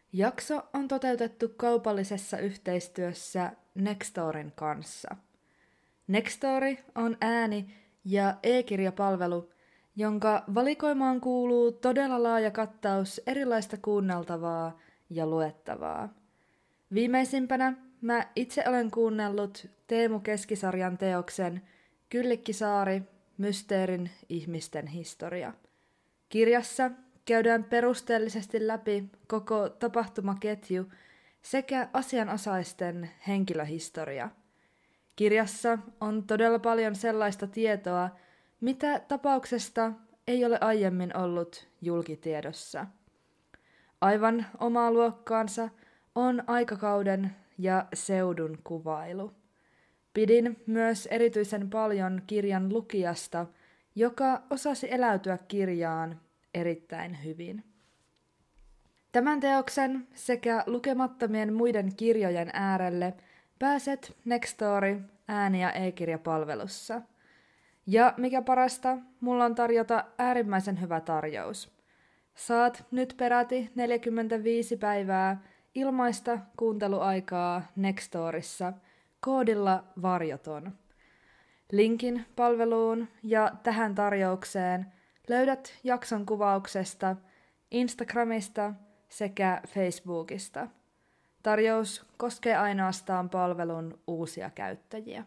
Jakso on toteutettu kaupallisessa yhteistyössä Nextorin kanssa. Nextory on ääni- ja e-kirjapalvelu, jonka valikoimaan kuuluu todella laaja kattaus erilaista kuunneltavaa ja luettavaa. Viimeisimpänä mä itse olen kuunnellut Teemu Keskisarjan teoksen Kyllikkisaari, mysteerin ihmisten historia. Kirjassa käydään perusteellisesti läpi koko tapahtumaketju sekä asianosaisten henkilöhistoria. Kirjassa on todella paljon sellaista tietoa, mitä tapauksesta ei ole aiemmin ollut julkitiedossa. Aivan omaa luokkaansa on aikakauden ja seudun kuvailu. Pidin myös erityisen paljon kirjan lukijasta, joka osasi eläytyä kirjaan erittäin hyvin. Tämän teoksen sekä lukemattomien muiden kirjojen äärelle pääset Nextory ääni- ja e-kirjapalvelussa. Ja mikä parasta, mulla on tarjota äärimmäisen hyvä tarjous. Saat nyt peräti 45 päivää ilmaista kuunteluaikaa Nextorissa koodilla varjoton. Linkin palveluun ja tähän tarjoukseen löydät jakson kuvauksesta, Instagramista sekä Facebookista. Tarjous koskee ainoastaan palvelun uusia käyttäjiä.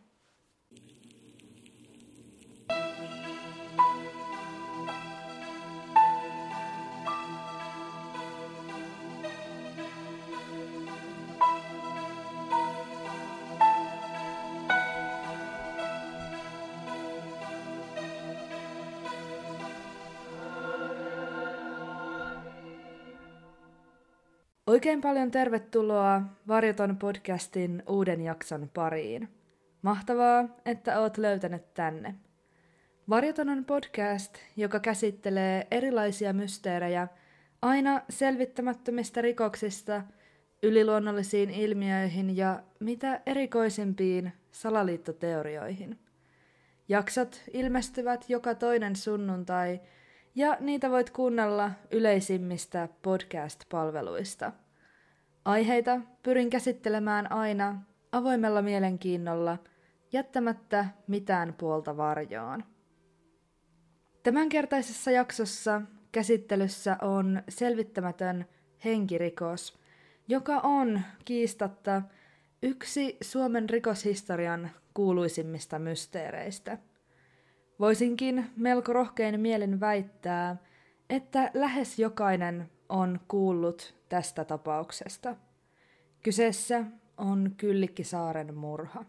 Oikein paljon tervetuloa Varjoton podcastin uuden jakson pariin. Mahtavaa, että oot löytänyt tänne. Varjoton on podcast, joka käsittelee erilaisia mysteerejä aina selvittämättömistä rikoksista, yliluonnollisiin ilmiöihin ja mitä erikoisimpiin salaliittoteorioihin. Jaksot ilmestyvät joka toinen sunnuntai, ja niitä voit kuunnella yleisimmistä podcast-palveluista. Aiheita pyrin käsittelemään aina avoimella mielenkiinnolla, jättämättä mitään puolta varjoon. Tämänkertaisessa jaksossa käsittelyssä on selvittämätön henkirikos, joka on kiistatta yksi Suomen rikoshistorian kuuluisimmista mysteereistä. Voisinkin melko rohkein mielin väittää, että lähes jokainen on kuullut tästä tapauksesta. Kyseessä on Kyllikkisaaren murha.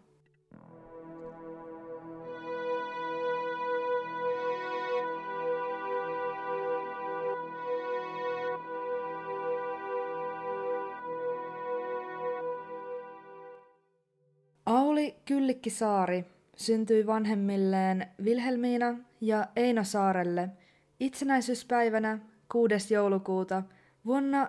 Auli Kyllikkisaari syntyi vanhemmilleen Vilhelmiina ja Eino Saarelle itsenäisyyspäivänä 6. joulukuuta vuonna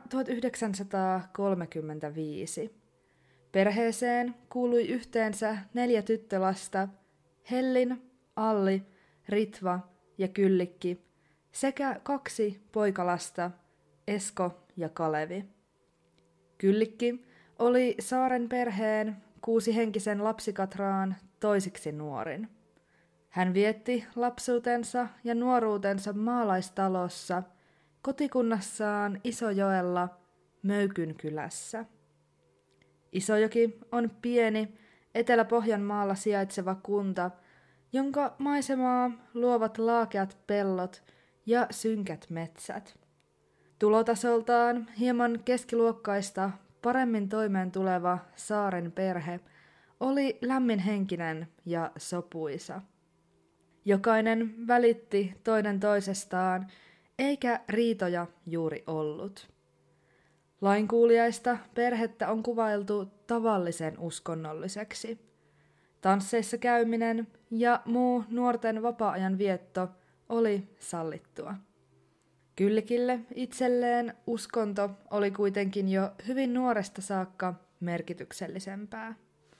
1935. Perheeseen kuului yhteensä 4 tyttölasta, Hellin, Alli, Ritva ja Kyllikki, sekä 2 poikalasta, Esko ja Kalevi. Kyllikki oli Saaren perheen 6-henkisen lapsikatraan toisiksi nuorin. Hän vietti lapsuutensa ja nuoruutensa maalaistalossa kotikunnassaan Isojoella Möykyn kylässä. Isojoki on pieni Etelä-Pohjanmaalla sijaitseva kunta, jonka maisemaa luovat laakeat pellot ja synkät metsät. Tulotasoltaan hieman keskiluokkaista paremmin toimeen tuleva Saaren perhe oli lämminhenkinen ja sopuisa. Jokainen välitti toinen toisestaan, eikä riitoja juuri ollut. Lainkuuliaista perhettä on kuvailtu tavallisen uskonnolliseksi. Tansseissa käyminen ja muu nuorten vapaa-ajan vietto oli sallittua. Kyllikille itselleen uskonto oli kuitenkin jo hyvin nuoresta saakka merkityksellisempää.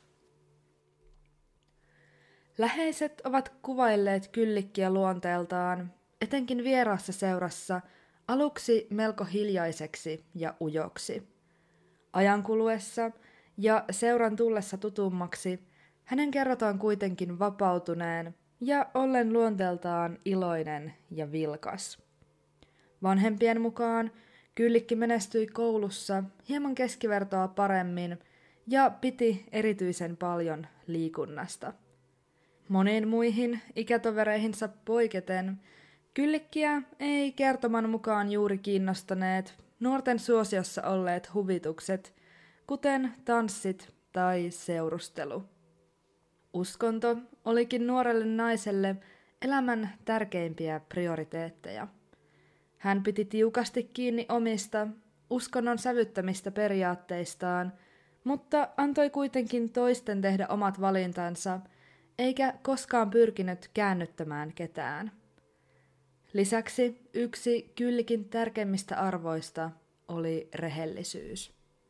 Läheiset ovat kuvailleet Kyllikkiä luonteeltaan, etenkin vieraassa seurassa, aluksi melko hiljaiseksi ja ujoksi. Ajan kuluessa ja seuran tullessa tutummaksi hänen kerrotaan kuitenkin vapautuneen ja ollen luonteeltaan iloinen ja vilkas. Vanhempien mukaan Kyllikki menestyi koulussa hieman keskivertoa paremmin ja piti erityisen paljon liikunnasta. Moniin muihin ikätovereihinsa poiketen Kyllikkiä ei kertoman mukaan juuri kiinnostaneet nuorten suosiossa olleet huvitukset, kuten tanssit tai seurustelu. Uskonto olikin nuorelle naiselle elämän tärkeimpiä prioriteetteja. Hän piti tiukasti kiinni omista, uskonnon sävyttämistä periaatteistaan, mutta antoi kuitenkin toisten tehdä omat valintansa, eikä koskaan pyrkinyt käännyttämään ketään. Lisäksi yksi Kyllikin tärkeimmistä arvoista oli rehellisyys.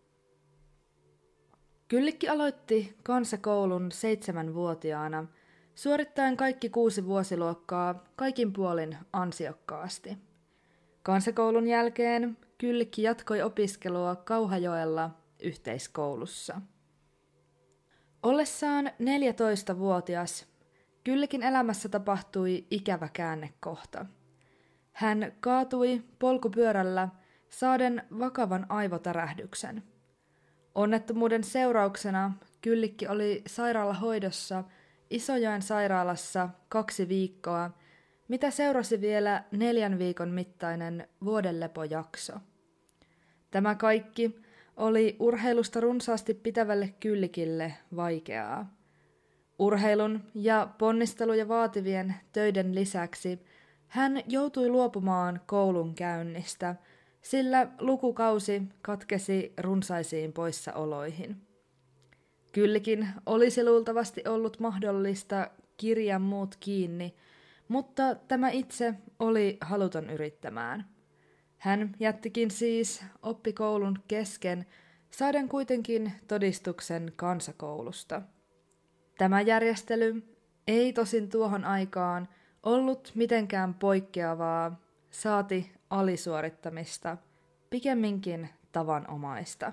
Kyllikki aloitti kansakoulun 7-vuotiaana, suorittaen kaikki 6 vuosiluokkaa kaikin puolin ansiokkaasti. Kansakoulun jälkeen Kyllikki jatkoi opiskelua Kauhajoella yhteiskoulussa. Ollessaan 14-vuotias Kyllikin elämässä tapahtui ikävä käännekohta. Hän kaatui polkupyörällä saaden vakavan aivotärähdyksen. Onnettomuuden seurauksena Kyllikki oli sairaalahoidossa Isojoen sairaalassa 2 viikkoa, mitä seurasi vielä 4 viikon mittainen vuodenlepojakso. Tämä kaikki oli urheilusta runsaasti pitävälle Kyllikille vaikeaa. Urheilun ja ponnisteluja vaativien töiden lisäksi hän joutui luopumaan koulun käynnistä, sillä lukukausi katkesi runsaisiin poissaoloihin. Kyllikin olisi luultavasti ollut mahdollista kirjan muut kiinni, mutta tämä itse oli haluton yrittämään. Hän jättikin siis oppikoulun kesken, saaden kuitenkin todistuksen kansakoulusta. Tämä järjestely ei tosin tuohon aikaan ollut mitenkään poikkeavaa, saati alisuorittamista, pikemminkin tavanomaista.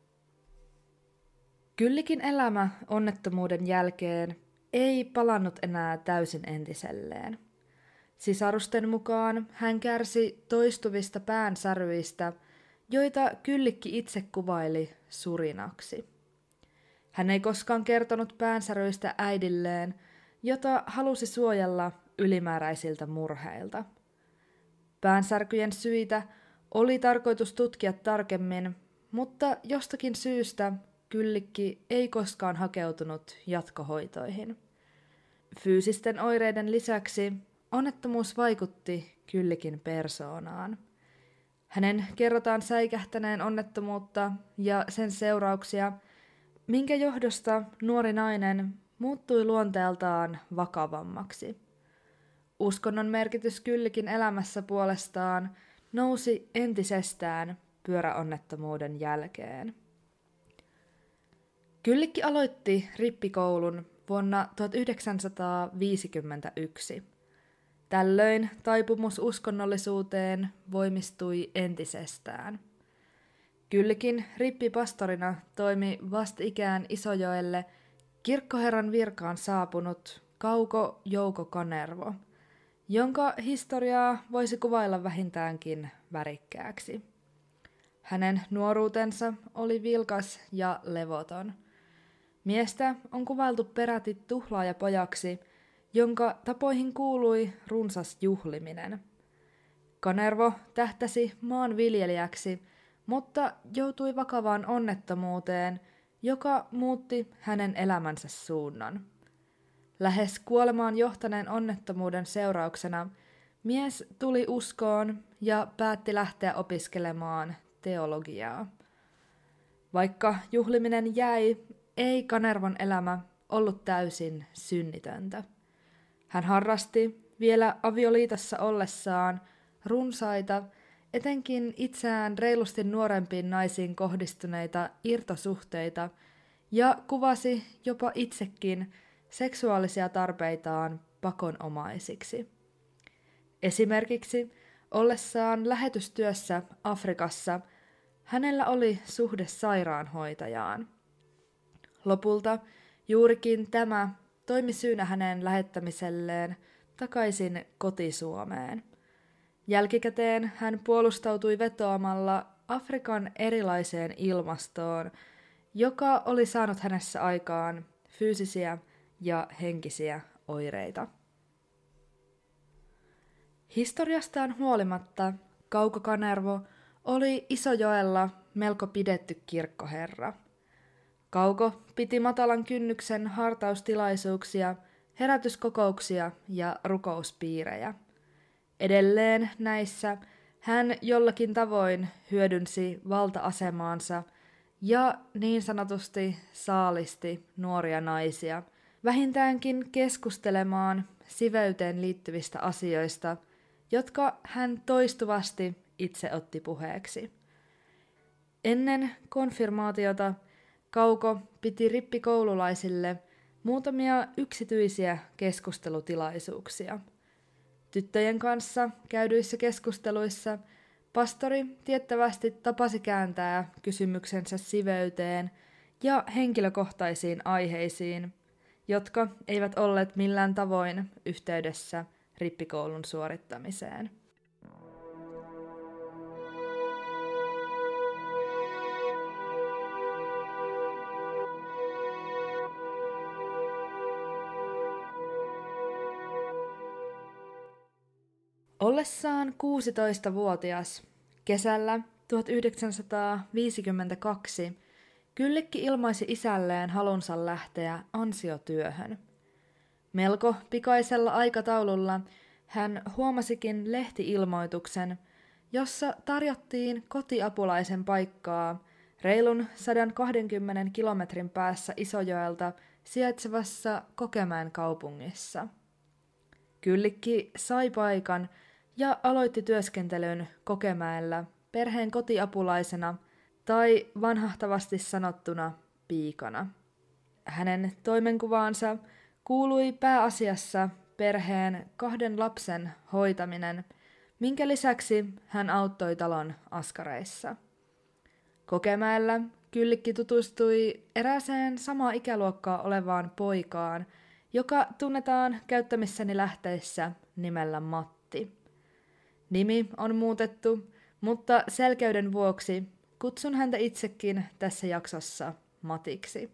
Kyllikin elämä onnettomuuden jälkeen ei palannut enää täysin entiselleen. Sisarusten mukaan hän kärsi toistuvista päänsäryistä, joita Kyllikki itse kuvaili surinaksi. Hän ei koskaan kertonut päänsäryistä äidilleen, jota halusi suojella ylimääräisiltä murheilta. Päänsärkyjen syitä oli tarkoitus tutkia tarkemmin, mutta jostakin syystä Kyllikki ei koskaan hakeutunut jatkohoitoihin. Fyysisten oireiden lisäksi onnettomuus vaikutti Kyllikin persoonaan. Hänen kerrotaan säikähtäneen onnettomuutta ja sen seurauksia, minkä johdosta nuori nainen muuttui luonteeltaan vakavammaksi. Uskonnon merkitys Kyllikin elämässä puolestaan nousi entisestään pyöräonnettomuuden jälkeen. Kyllikki aloitti rippikoulun vuonna 1951. Tällöin taipumus uskonnollisuuteen voimistui entisestään. Kyllikin rippipastorina toimi vastikään Isojoelle kirkkoherran virkaan saapunut Kauko Jouko Kanervo, jonka historiaa voisi kuvailla vähintäänkin värikkääksi. Hänen nuoruutensa oli vilkas ja levoton. Miestä on kuvailtu peräti tuhlaajapojaksi, jonka tapoihin kuului runsas juhliminen. Kanervo tähtäsi maanviljelijäksi, mutta joutui vakavaan onnettomuuteen, joka muutti hänen elämänsä suunnan. Lähes kuolemaan johtaneen onnettomuuden seurauksena mies tuli uskoon ja päätti lähteä opiskelemaan teologiaa. Vaikka juhliminen jäi, ei Kanervon elämä ollut täysin synnitöntä. Hän harrasti vielä avioliitossa ollessaan runsaita, etenkin itseään reilusti nuorempiin naisiin kohdistuneita irtosuhteita ja kuvasi jopa itsekin seksuaalisia tarpeitaan pakonomaisiksi. Esimerkiksi ollessaan lähetystyössä Afrikassa hänellä oli suhde sairaanhoitajaan. Lopulta juurikin tämä toimi syynä hänen lähettämiselleen takaisin kotisuomeen. Jälkikäteen hän puolustautui vetoamalla Afrikan erilaiseen ilmastoon, joka oli saanut hänessä aikaan fyysisiä ja henkisiä oireita. Historiastaan huolimatta Kauko Kanervo oli Isojoella melko pidetty kirkkoherra. Kauko piti matalan kynnyksen hartaustilaisuuksia, herätyskokouksia ja rukouspiirejä. Edelleen näissä hän jollakin tavoin hyödynsi valta-asemaansa ja niin sanotusti saalisti nuoria naisia, vähintäänkin keskustelemaan siveyteen liittyvistä asioista, jotka hän toistuvasti itse otti puheeksi. Ennen konfirmaatiota Kauko piti rippikoululaisille muutamia yksityisiä keskustelutilaisuuksia. Tyttöjen kanssa käydyissä keskusteluissa pastori tiettävästi tapasi kääntää kysymyksensä siveyteen ja henkilökohtaisiin aiheisiin, jotka eivät olleet millään tavoin yhteydessä rippikoulun suorittamiseen. Ollessaan 16-vuotias kesällä 1952 Kyllikki ilmaisi isälleen halunsa lähteä ansiotyöhön. Melko pikaisella aikataululla hän huomasikin lehti-ilmoituksen, jossa tarjottiin kotiapulaisen paikkaa reilun 120 kilometrin päässä Isojoelta sijaitsevassa Kokemäen kaupungissa. Kyllikki sai paikan ja aloitti työskentelyn Kokemäellä perheen kotiapulaisena tai vanhahtavasti sanottuna piikana. Hänen toimenkuvaansa kuului pääasiassa perheen 2 lapsen hoitaminen, minkä lisäksi hän auttoi talon askareissa. Kokemäellä Kyllikki tutustui erääseen samaa ikäluokkaa olevaan poikaan, joka tunnetaan käyttämissäni lähteissä nimellä Matti. Nimi on muutettu, mutta selkeyden vuoksi kutsun häntä itsekin tässä jaksossa Matiksi.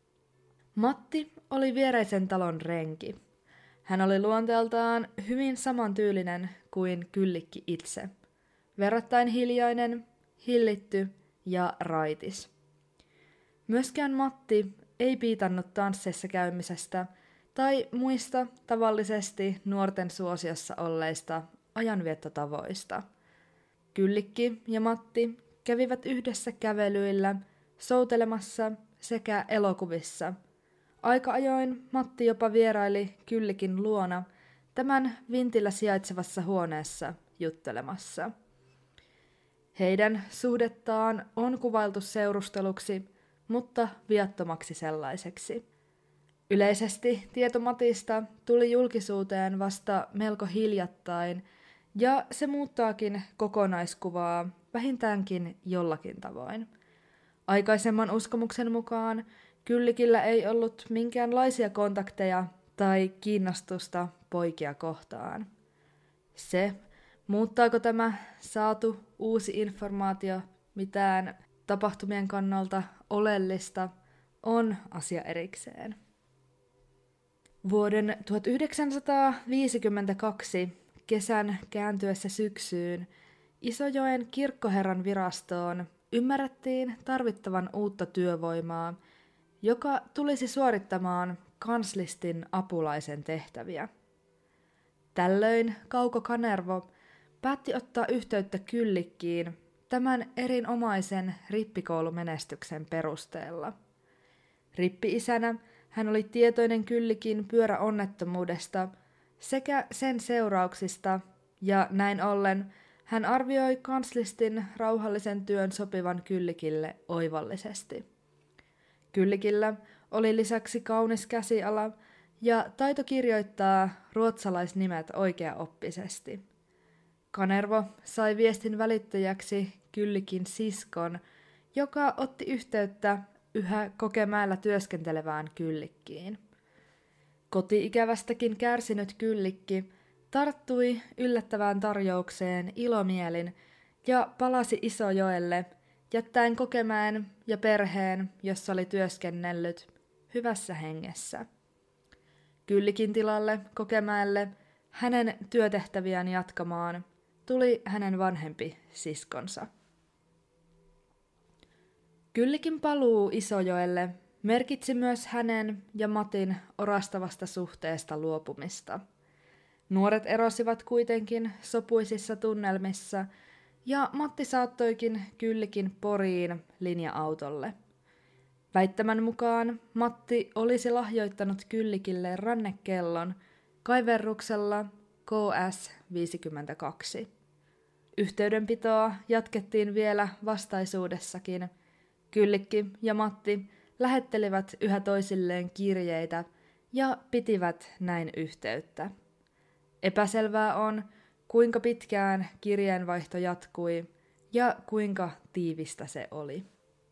Matti oli viereisen talon renki. Hän oli luonteeltaan hyvin samantyylinen kuin Kyllikki itse. Verrattain hiljainen, hillitty ja raitis. Myöskään Matti ei piitannut tansseissa käymisestä tai muista tavallisesti nuorten suosiossa olleista ajanviettotavoista. Kyllikki ja Matti kävivät yhdessä kävelyillä, soutelemassa sekä elokuvissa. Aika ajoin Matti jopa vieraili Kyllikin luona tämän vintillä sijaitsevassa huoneessa juttelemassa. Heidän suhdettaan on kuvailtu seurusteluksi, mutta viattomaksi sellaiseksi. Yleisesti tieto Matista tuli julkisuuteen vasta melko hiljattain, ja se muuttaakin kokonaiskuvaa vähintäänkin jollakin tavoin. Aikaisemman uskomuksen mukaan Kyllikillä ei ollut minkäänlaisia kontakteja tai kiinnostusta poikia kohtaan. Se, muuttaako tämä saatu uusi informaatio mitään tapahtumien kannalta oleellista, on asia erikseen. Vuoden 1952 kesän kääntyessä syksyyn Isojoen kirkkoherran virastoon ymmärrettiin tarvittavan uutta työvoimaa, joka tulisi suorittamaan kanslistin apulaisen tehtäviä. Tällöin Kauko Kanervo päätti ottaa yhteyttä Kyllikkiin tämän erinomaisen rippikoulumenestyksen perusteella. Rippi-isänä hän oli tietoinen Kyllikin pyöräonnettomuudesta sekä sen seurauksista, ja näin ollen hän arvioi kanslistin rauhallisen työn sopivan Kyllikille oivallisesti. Kyllikillä oli lisäksi kaunis käsiala ja taito kirjoittaa ruotsalaisnimet oikeaoppisesti. Kanervo sai viestin välittäjäksi Kyllikin siskon joka otti yhteyttä yhä Kokemäellä työskentelevään Kyllikkiin. Koti-ikävästäkin kärsinyt Kyllikki tarttui yllättävään tarjoukseen ilomielin ja palasi Isojoelle, jättäen Kokemäen ja perheen, jossa oli työskennellyt, hyvässä hengessä. Kyllikin tilalle Kokemäelle hänen työtehtäviään jatkamaan tuli hänen vanhempi siskonsa. Kyllikin paluu Isojoelle merkitsi myös hänen ja Matin orastavasta suhteesta luopumista. Nuoret erosivat kuitenkin sopuisissa tunnelmissa, ja Matti saattoikin Kyllikin Poriin linja-autolle. Väittämän mukaan Matti olisi lahjoittanut Kyllikille rannekellon kaiverruksella KS52. Yhteydenpitoa jatkettiin vielä vastaisuudessakin. Kyllikki ja Matti lähettelivät yhä toisilleen kirjeitä ja pitivät näin yhteyttä. Epäselvää on, kuinka pitkään kirjeenvaihto jatkui ja kuinka tiivistä se oli.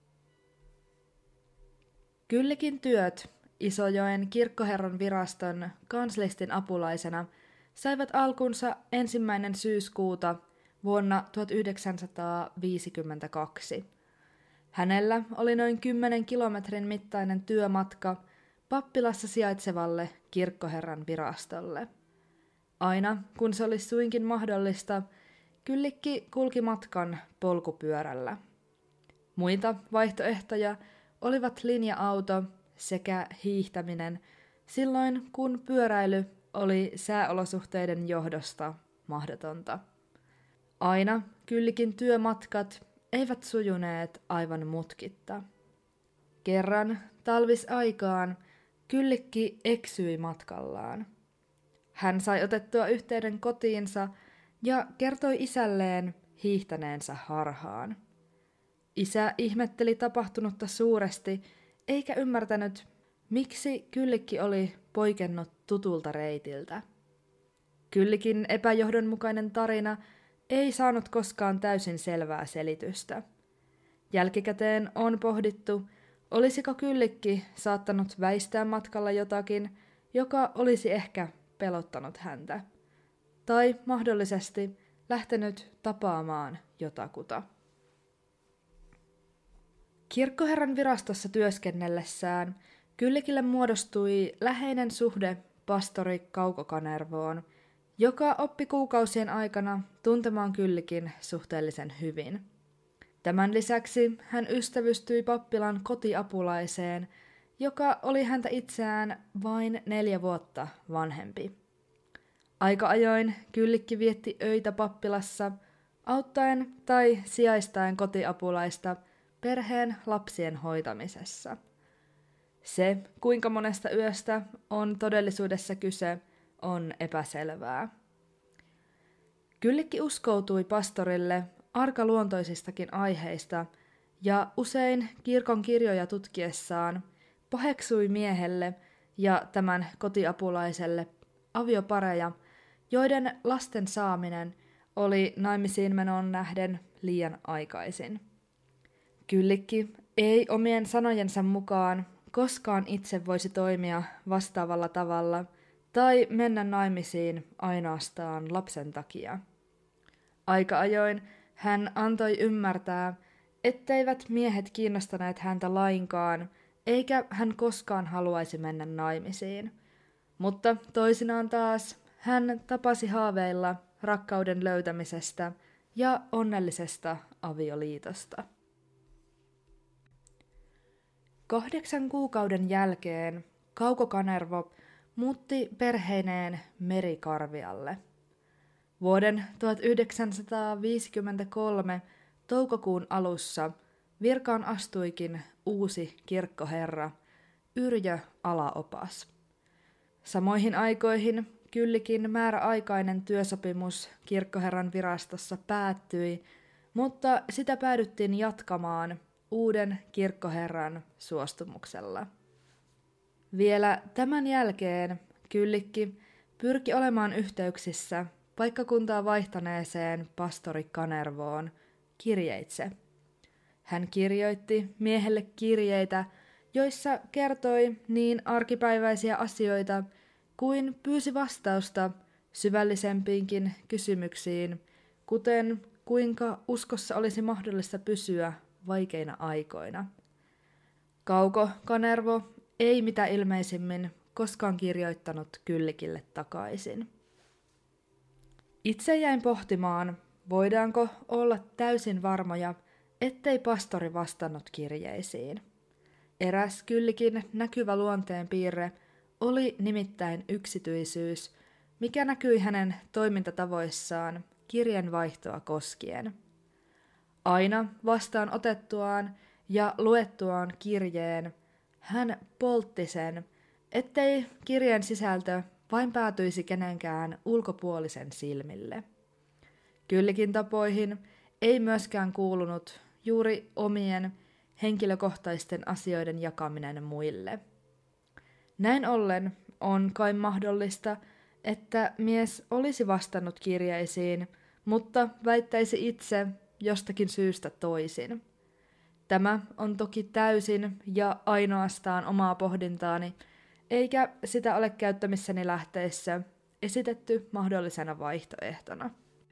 Kyllikin työt Isojoen kirkkoherran viraston kanslistin apulaisena saivat alkunsa 1. syyskuuta vuonna 1952. Hänellä oli noin 10 kilometrin mittainen työmatka Pappilassa sijaitsevalle kirkkoherran virastolle. Aina, kun se oli suinkin mahdollista, Kyllikki kulki matkan polkupyörällä. Muita vaihtoehtoja olivat linja-auto sekä hiihtäminen silloin, kun pyöräily oli sääolosuhteiden johdosta mahdotonta. Aina Kyllikin työmatkat eivät sujuneet aivan mutkitta. Kerran talvisaikaan Kyllikki eksyi matkallaan. Hän sai otettua yhteyden kotiinsa ja kertoi isälleen hiihtäneensä harhaan. Isä ihmetteli tapahtunutta suuresti, eikä ymmärtänyt, miksi Kyllikki oli poikennut tutulta reitiltä. Kyllikin epäjohdonmukainen tarina ei saanut koskaan täysin selvää selitystä. Jälkikäteen on pohdittu, olisiko Kyllikki saattanut väistää matkalla jotakin, joka olisi ehkä pelottanut häntä, tai mahdollisesti lähtenyt tapaamaan jotakuta. Kirkkoherran virastossa työskennellessään Kyllikille muodostui läheinen suhde pastori Kauko Kanervoon, joka oppi kuukausien aikana tuntemaan Kyllikin suhteellisen hyvin. Tämän lisäksi hän ystävystyi pappilan kotiapulaiseen, joka oli häntä itseään vain 4 vuotta vanhempi. Aika ajoin Kyllikki vietti öitä pappilassa, auttaen tai sijaistaen kotiapulaista perheen lapsien hoitamisessa. Se, kuinka monesta yöstä on todellisuudessa kyse, on epäselvää. Kyllikki uskoutui pastorille arkaluontoisistakin aiheista ja usein kirkon kirjoja tutkiessaan paheksui miehelle ja tämän kotiapulaiselle aviopareja, joiden lasten saaminen oli naimisiin menoon nähden liian aikaisin. Kyllikki ei omien sanojensa mukaan koskaan itse voisi toimia vastaavalla tavalla tai mennä naimisiin ainoastaan lapsen takia. Aika ajoin hän antoi ymmärtää, etteivät miehet kiinnostaneet häntä lainkaan, eikä hän koskaan haluaisi mennä naimisiin. Mutta toisinaan taas hän tapasi haaveilla rakkauden löytämisestä ja onnellisesta avioliitosta. 8 kuukauden jälkeen Kauko Kanervo muutti perheineen Merikarvialle. Vuoden 1953 toukokuun alussa virkaan astuikin uusi kirkkoherra, Yrjö Alaopas. Samoihin aikoihin Kyllikin määräaikainen työsopimus kirkkoherran virastossa päättyi, mutta sitä päädyttiin jatkamaan uuden kirkkoherran suostumuksella. Vielä tämän jälkeen Kyllikki pyrki olemaan yhteyksissä paikkakuntaa vaihtaneeseen pastori Kanervoon kirjeitse. Hän kirjoitti miehelle kirjeitä, joissa kertoi niin arkipäiväisiä asioita kuin pyysi vastausta syvällisempiinkin kysymyksiin, kuten kuinka uskossa olisi mahdollista pysyä vaikeina aikoina. Kauko Kanervo ei mitä ilmeisimmin koskaan kirjoittanut Kyllikille takaisin. Itse jäin pohtimaan, voidaanko olla täysin varmoja, ettei pastori vastannut kirjeisiin. Eräs Kyllikin näkyvä luonteenpiirre oli nimittäin yksityisyys, mikä näkyi hänen toimintatavoissaan kirjeenvaihtoa koskien. Aina vastaan otettuaan ja luettuaan kirjeen hän poltti sen, ettei kirjeen sisältö vain päätyisi kenenkään ulkopuolisen silmille. Kyllikin tapoihin ei myöskään kuulunut juuri omien henkilökohtaisten asioiden jakaminen muille. Näin ollen on kai mahdollista, että mies olisi vastannut kirjeisiin, mutta väittäisi itse jostakin syystä toisin. Tämä on toki täysin ja ainoastaan omaa pohdintaani, eikä sitä ole käyttämissäni lähteessä esitetty mahdollisena vaihtoehtona.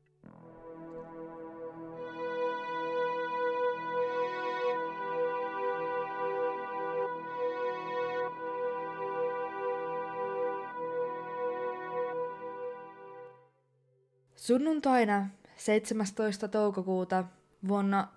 Sunnuntaina 17. toukokuuta vuonna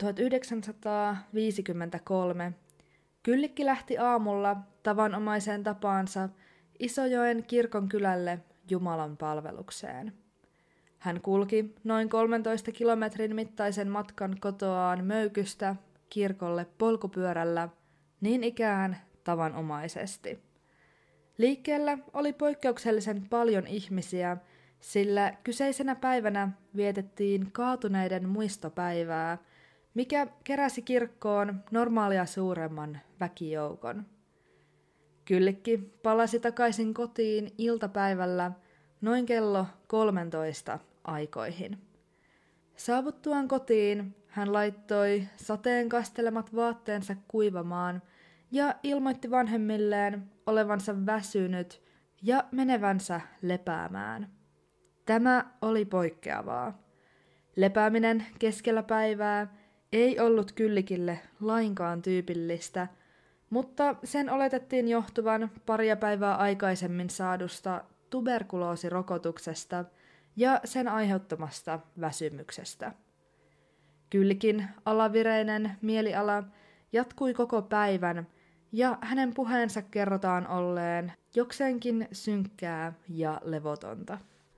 1953 Kyllikki lähti aamulla tavanomaiseen tapaansa Isojoen kirkonkylälle Jumalan palvelukseen. Hän kulki noin 13 kilometrin mittaisen matkan kotoaan Möykystä kirkolle polkupyörällä, niin ikään tavanomaisesti. Liikkeellä oli poikkeuksellisen paljon ihmisiä, sillä kyseisenä päivänä vietettiin kaatuneiden muistopäivää, mikä keräsi kirkkoon normaalia suuremman väkijoukon. Kyllikki palasi takaisin kotiin iltapäivällä noin kello 13 aikoihin. Saavuttuaan kotiin hän laittoi sateen kastelemat vaatteensa kuivamaan ja ilmoitti vanhemmilleen olevansa väsynyt ja menevänsä lepäämään. Tämä oli poikkeavaa. Lepääminen keskellä päivää ei ollut Kyllikille lainkaan tyypillistä, mutta sen oletettiin johtuvan paria päivää aikaisemmin saadusta tuberkuloosirokotuksesta ja sen aiheuttamasta väsymyksestä. Kyllikin alavireinen mieliala jatkui koko päivän ja hänen puheensa kerrotaan olleen jokseenkin synkkää ja levotonta.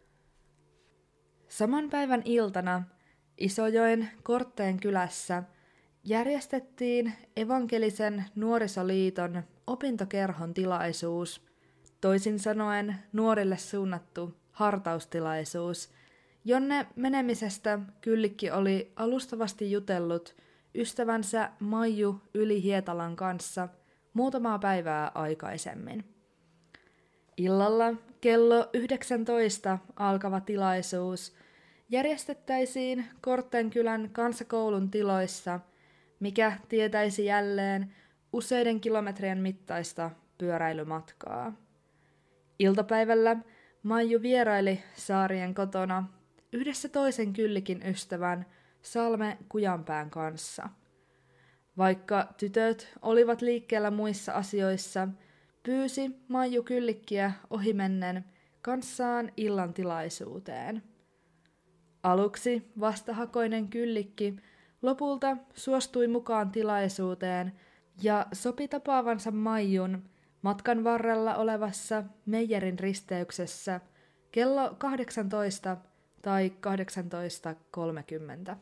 Saman päivän iltana Isojoen Kortteen kylässä järjestettiin Evankelisen nuorisoliiton opintokerhon tilaisuus, toisin sanoen nuorille suunnattu hartaustilaisuus, jonne menemisestä Kyllikki oli alustavasti jutellut ystävänsä Maiju Yli-Hietalan kanssa muutamaa päivää aikaisemmin. Illalla kello 19 alkava tilaisuus järjestettäisiin Korttenkylän kansakoulun tiloissa, mikä tietäisi jälleen useiden kilometrien mittaista pyöräilymatkaa. Iltapäivällä Maiju vieraili Saarien kotona yhdessä toisen Kyllikin ystävän Salme Kujanpään kanssa. Vaikka tytöt olivat liikkeellä muissa asioissa, pyysi Maiju Kyllikkiä ohimennen kanssaan illan tilaisuuteen. Aluksi vastahakoinen Kyllikki lopulta suostui mukaan tilaisuuteen ja sopi tapaavansa Maijun matkan varrella olevassa Meijerin risteyksessä kello 18 tai 18.30.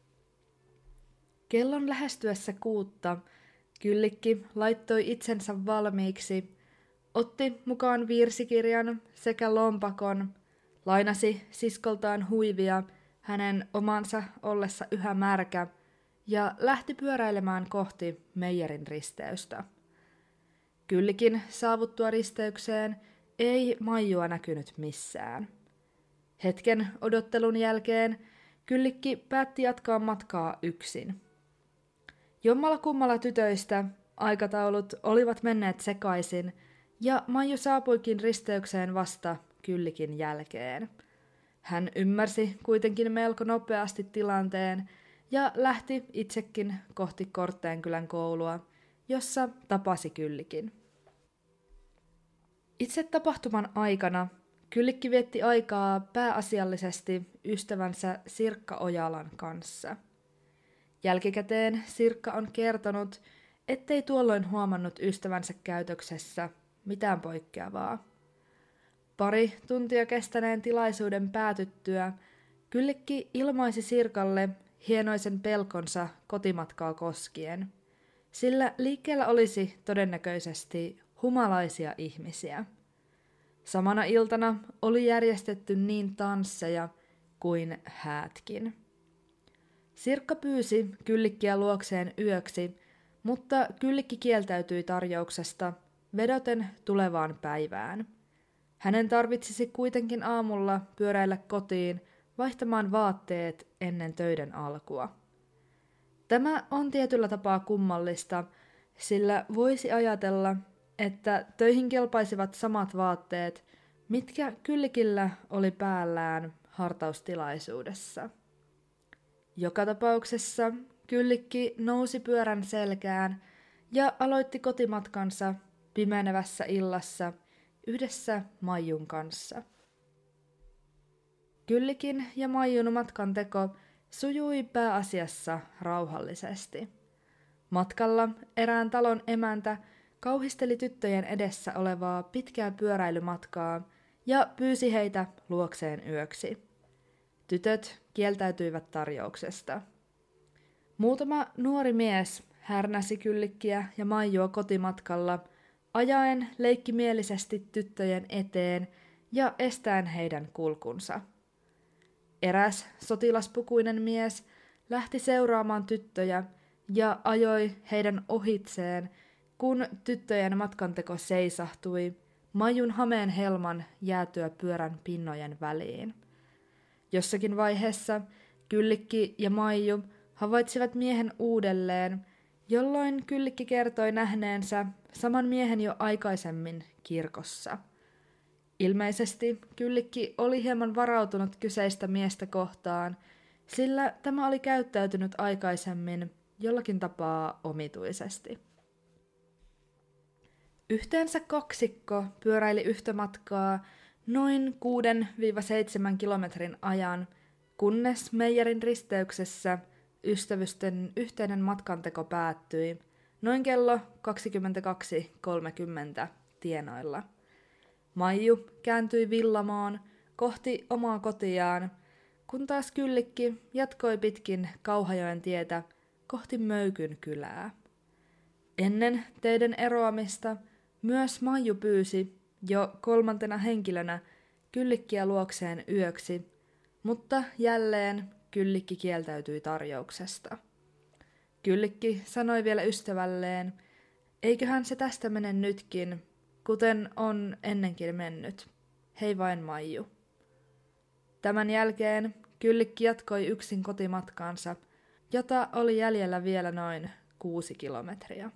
Kellon lähestyessä 6 Kyllikki laittoi itsensä valmiiksi, otti mukaan virsikirjan sekä lompakon, lainasi siskoltaan huivia hänen omansa ollessa yhä märkä ja lähti pyöräilemään kohti Meijerin risteystä. Kyllikin saavuttua risteykseen ei Maijua näkynyt missään. Hetken odottelun jälkeen Kyllikki päätti jatkaa matkaa yksin. Jommalla kummalla tytöistä aikataulut olivat menneet sekaisin, ja Maiju saapuikin risteykseen vasta Kyllikin jälkeen. Hän ymmärsi kuitenkin melko nopeasti tilanteen ja lähti itsekin kohti Kortteenkylän koulua, jossa tapasi Kyllikin. Itse tapahtuman aikana Kyllikki vietti aikaa pääasiallisesti ystävänsä Sirkka Ojalan kanssa. Jälkikäteen Sirkka on kertonut, ettei tuolloin huomannut ystävänsä käytöksessä mitään poikkeavaa. Pari tuntia kestäneen tilaisuuden päätyttyä Kyllikki ilmaisi Sirkalle hienoisen pelkonsa kotimatkaa koskien, sillä liikkeellä olisi todennäköisesti humalaisia ihmisiä. Samana iltana oli järjestetty niin tansseja kuin häätkin. Sirkka pyysi Kyllikkiä luokseen yöksi, mutta Kyllikki kieltäytyi tarjouksesta vedoten tulevaan päivään. Hänen tarvitsisi kuitenkin aamulla pyöräillä kotiin vaihtamaan vaatteet ennen töiden alkua. Tämä on tietyllä tapaa kummallista, sillä voisi ajatella, että töihin kelpaisivat samat vaatteet, mitkä Kyllikillä oli päällään hartaustilaisuudessa. Joka tapauksessa Kyllikki nousi pyörän selkään ja aloitti kotimatkansa pimenevässä illassa yhdessä Maijun kanssa. Kyllikin ja Maijun matkanteko sujui pääasiassa rauhallisesti. Matkalla erään talon emäntä kauhisteli tyttöjen edessä olevaa pitkää pyöräilymatkaa ja pyysi heitä luokseen yöksi. Tytöt kieltäytyivät tarjouksesta. Muutama nuori mies härnäsi Kyllikkiä ja Maijua kotimatkalla, ajaen leikkimielisesti tyttöjen eteen ja estäen heidän kulkunsa. Eräs sotilaspukuinen mies lähti seuraamaan tyttöjä ja ajoi heidän ohitseen, kun tyttöjen matkanteko seisahtui Maijun hameen helman jäätyä pyörän pinnojen väliin. Jossakin vaiheessa Kyllikki ja Maiju havaitsivat miehen uudelleen, jolloin Kyllikki kertoi nähneensä saman miehen jo aikaisemmin kirkossa. Ilmeisesti Kyllikki oli hieman varautunut kyseistä miestä kohtaan, sillä tämä oli käyttäytynyt aikaisemmin jollakin tapaa omituisesti. Yhteensä kaksikko pyöräili yhtä matkaa noin 6-7 kilometrin ajan, kunnes meijerin risteyksessä ystävysten yhteinen matkanteko päättyi noin kello 22.30 tienoilla. Maiju kääntyi Villamoon kohti omaa kotiaan, kun taas Kyllikki jatkoi pitkin Kauhajoen tietä kohti Möykyn kylää. Ennen teiden eroamista myös Maiju pyysi jo kolmantena henkilönä Kyllikkiä luokseen yöksi, mutta jälleen Kyllikki kieltäytyi tarjouksesta. Kyllikki sanoi vielä ystävälleen, eiköhän se tästä mene nytkin, kuten on ennenkin mennyt. Hei vain Maiju. Tämän jälkeen Kyllikki jatkoi yksin kotimatkaansa, jota oli jäljellä vielä noin 6 kilometriä.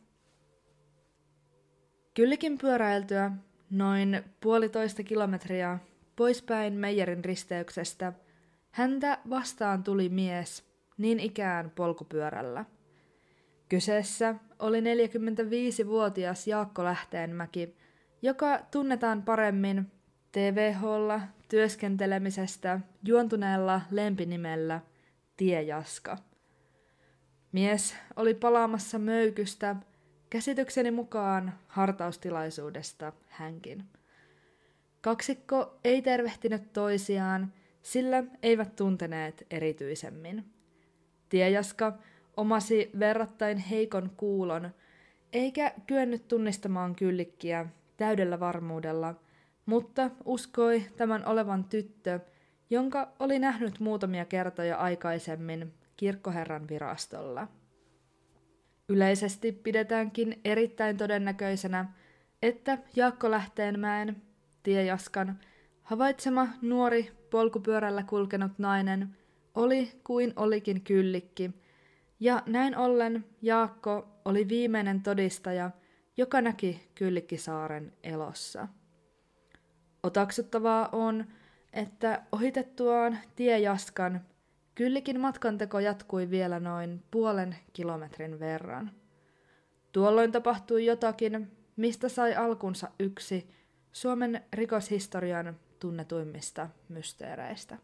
Kyllikin pyöräiltyä noin 1,5 kilometriä poispäin meijerin risteyksestä häntä vastaan tuli mies, niin ikään polkupyörällä. Kyseessä oli 45-vuotias Jaakko Lähteenmäki, joka tunnetaan paremmin TVH:lla työskentelemisestä juontuneella lempinimellä Tiejaska. Mies oli palaamassa Möykystä, käsitykseni mukaan hartaustilaisuudesta hänkin. Kaksikko ei tervehtinyt toisiaan, sillä eivät tunteneet erityisemmin. Tiejaska omasi verrattain heikon kuulon, eikä kyennyt tunnistamaan Kyllikkiä täydellä varmuudella, mutta uskoi tämän olevan tyttö, jonka oli nähnyt muutamia kertoja aikaisemmin kirkkoherran virastolla. Yleisesti pidetäänkin erittäin todennäköisenä, että Jaakko Lähteenmäen, Tiejaskan, havaitsema nuori polkupyörällä kulkenut nainen oli kuin olikin Kyllikki, Ja näin ollen Jaakko oli viimeinen todistaja, joka näki Kyllikkisaaren elossa. Otaksuttavaa on, että ohitettuaan tiejaskan Kyllikin matkanteko jatkui vielä noin 0,5 kilometrin verran. Tuolloin tapahtui jotakin, mistä sai alkunsa yksi Suomen rikoshistorian tunnetuimmista mysteereistä.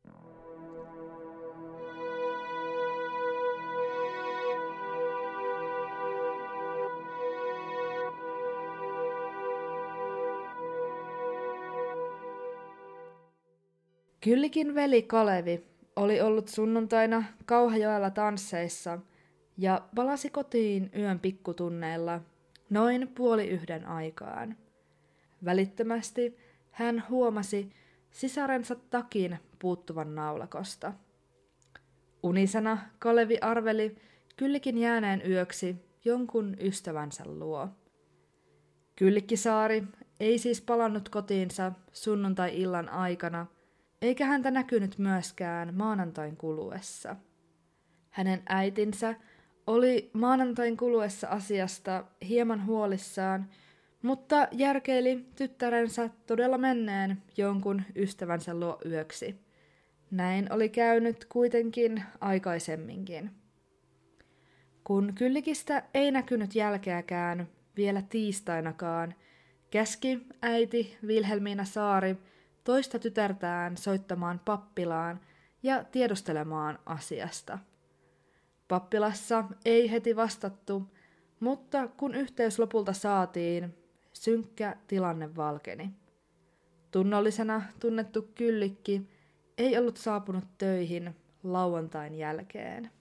Kyllikin veli Kalevi oli ollut sunnuntaina Kauhajoella tansseissa ja palasi kotiin yön pikkutunneilla noin 12:30 aikaan. Välittömästi hän huomasi sisarensa takin puuttuvan naulakosta. Unisena Kalevi arveli Kyllikin jääneen yöksi jonkun ystävänsä luo. Kyllikkisaari ei siis palannut kotiinsa sunnuntai-illan aikana, eikä häntä näkynyt myöskään maanantain kuluessa. Hänen äitinsä oli maanantain kuluessa asiasta hieman huolissaan, mutta järkeili tyttärensä todella menneen jonkun ystävänsä luo yöksi. Näin oli käynyt kuitenkin aikaisemminkin. Kun Kyllikistä ei näkynyt jälkeäkään vielä tiistainakaan, käski äiti Vilhelmiina Saari toista tytärtään soittamaan pappilaan ja tiedustelemaan asiasta. Pappilassa ei heti vastattu, mutta kun yhteys lopulta saatiin, synkkä tilanne valkeni. Tunnollisena tunnettu Kyllikki ei ollut saapunut töihin lauantain jälkeen.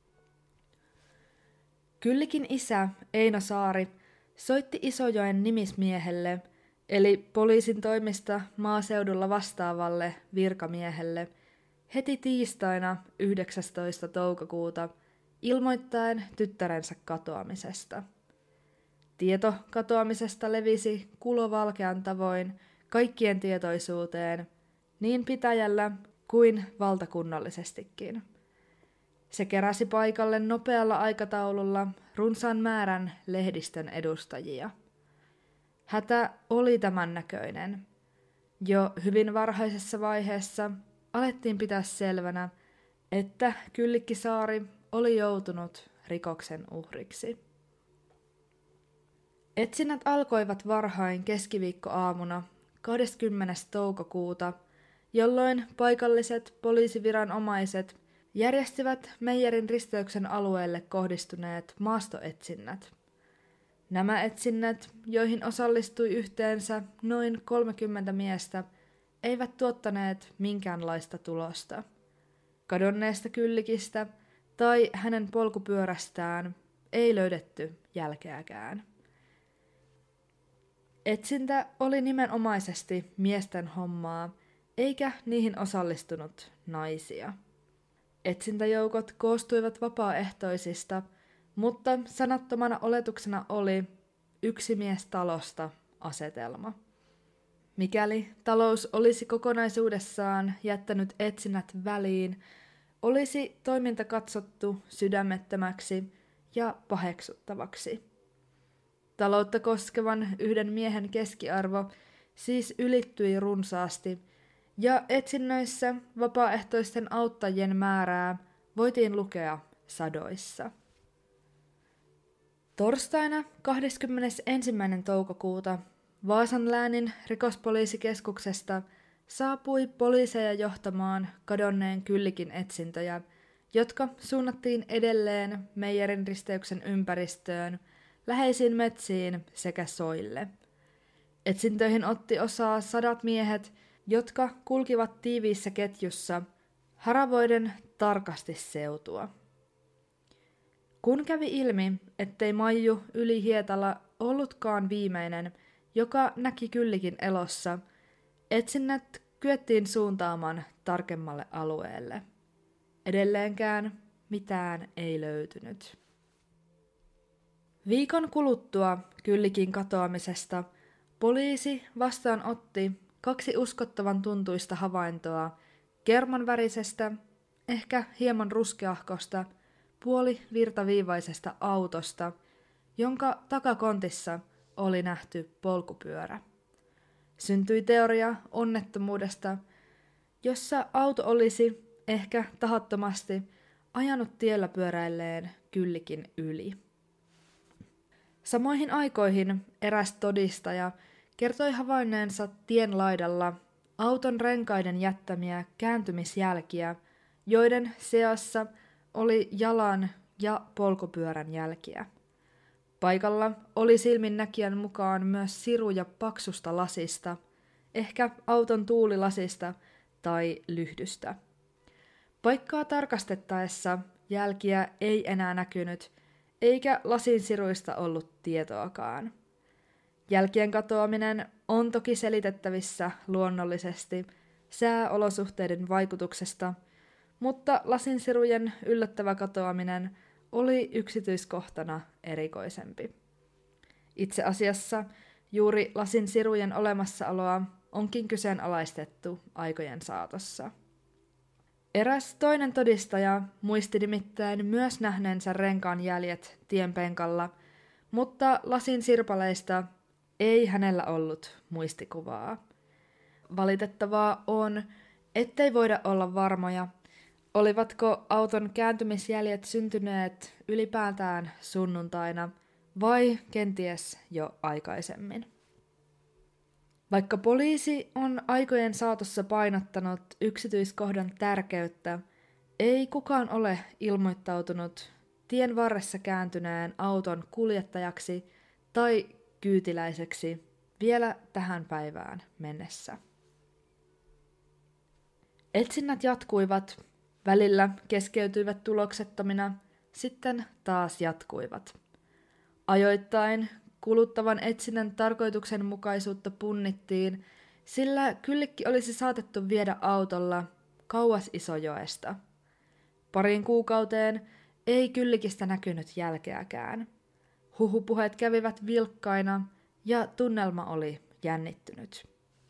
Kyllikin isä Eino Saari soitti Isojoen nimismiehelle, eli poliisin toimista maaseudulla vastaavalle virkamiehelle, heti tiistaina 19. toukokuuta ilmoittaen tyttärensä katoamisesta. Tieto katoamisesta levisi kulovalkean tavoin kaikkien tietoisuuteen, niin pitäjällä kuin valtakunnallisestikin. Se keräsi paikalle nopealla aikataululla runsaan määrän lehdistön edustajia. Hätä oli tämän näköinen. Jo hyvin varhaisessa vaiheessa alettiin pitää selvänä, että Kyllikkisaari oli joutunut rikoksen uhriksi. Etsinnät alkoivat varhain keskiviikkoaamuna 20. toukokuuta, jolloin paikalliset poliisiviranomaiset järjestivät Meijerin risteyksen alueelle kohdistuneet maastoetsinnät. Nämä etsinnät, joihin osallistui yhteensä noin 30 miestä, eivät tuottaneet minkäänlaista tulosta. Kadonneesta Kyllikistä tai hänen polkupyörästään ei löydetty jälkeäkään. Etsintä oli nimenomaisesti miesten hommaa, eikä niihin osallistunut naisia. Etsintäjoukot koostuivat vapaaehtoisista, mutta sanattomana oletuksena oli yksi mies talosta -asetelma. Mikäli talous olisi kokonaisuudessaan jättänyt etsinnät väliin, olisi toiminta katsottu sydämettömäksi ja paheksuttavaksi. Taloutta koskevan yhden miehen keskiarvo siis ylittyi runsaasti, ja etsinnöissä vapaaehtoisten auttajien määrää voitiin lukea sadoissa. Torstaina 21. toukokuuta Vaasan läänin rikospoliisikeskuksesta saapui poliiseja johtamaan kadonneen Kyllikin etsintöjä, jotka suunnattiin edelleen Meijerin risteyksen ympäristöön, läheisiin metsiin sekä soille. Etsintöihin otti osaa 100 miehet, jotka kulkivat tiiviissä ketjussa, haravoiden tarkasti seutua. Kun kävi ilmi, ettei Maiju Yli-Hietala ollutkaan viimeinen, joka näki Kyllikin elossa, etsinnät kyettiin suuntaamaan tarkemmalle alueelle. Edelleenkään mitään ei löytynyt. Viikon kuluttua Kyllikin katoamisesta poliisi vastaanotti 2 uskottavan tuntuista havaintoa kermanvärisestä, ehkä hieman ruskeahkosta, puolivirtaviivaisesta autosta, jonka takakontissa oli nähty polkupyörä. Syntyi teoria onnettomuudesta, jossa auto olisi, ehkä tahattomasti, ajanut tiellä pyöräilleen Kyllikin yli. Samoihin aikoihin eräs todistaja kertoi havainneensa tien laidalla auton renkaiden jättämiä kääntymisjälkiä, joiden seassa oli jalan ja polkupyörän jälkiä. Paikalla oli silminnäkijän mukaan myös siruja paksusta lasista, ehkä auton tuulilasista tai lyhdystä. Paikkaa tarkastettaessa jälkiä ei enää näkynyt, eikä lasinsiruista ollut tietoakaan. Jälkien katoaminen on toki selitettävissä luonnollisesti sääolosuhteiden vaikutuksesta, mutta lasinsirujen yllättävä katoaminen oli yksityiskohtana erikoisempi. Itse asiassa juuri lasinsirujen olemassaoloa onkin kyseenalaistettu aikojen saatossa. Eräs toinen todistaja muisti nimittäin myös nähneensä renkaan jäljet tienpenkalla, mutta lasinsirpaleista ei hänellä ollut muistikuvaa. Valitettavaa on, ettei voida olla varmoja, olivatko auton kääntymisjäljet syntyneet ylipäätään sunnuntaina vai kenties jo aikaisemmin. Vaikka poliisi on aikojen saatossa painottanut yksityiskohdan tärkeyttä, ei kukaan ole ilmoittautunut tien varressa kääntyneen auton kuljettajaksi tai kyytiläiseksi vielä tähän päivään mennessä. Etsinnät jatkuivat, välillä keskeytyivät tuloksettomina, sitten taas jatkuivat. Ajoittain kuluttavan etsinnän tarkoituksenmukaisuutta punnittiin, sillä Kyllikki olisi saatettu viedä autolla kauas Isojoesta. Pariin kuukauteen ei Kyllikistä näkynyt jälkeäkään. Huhupuheet kävivät vilkkaina ja tunnelma oli jännittynyt.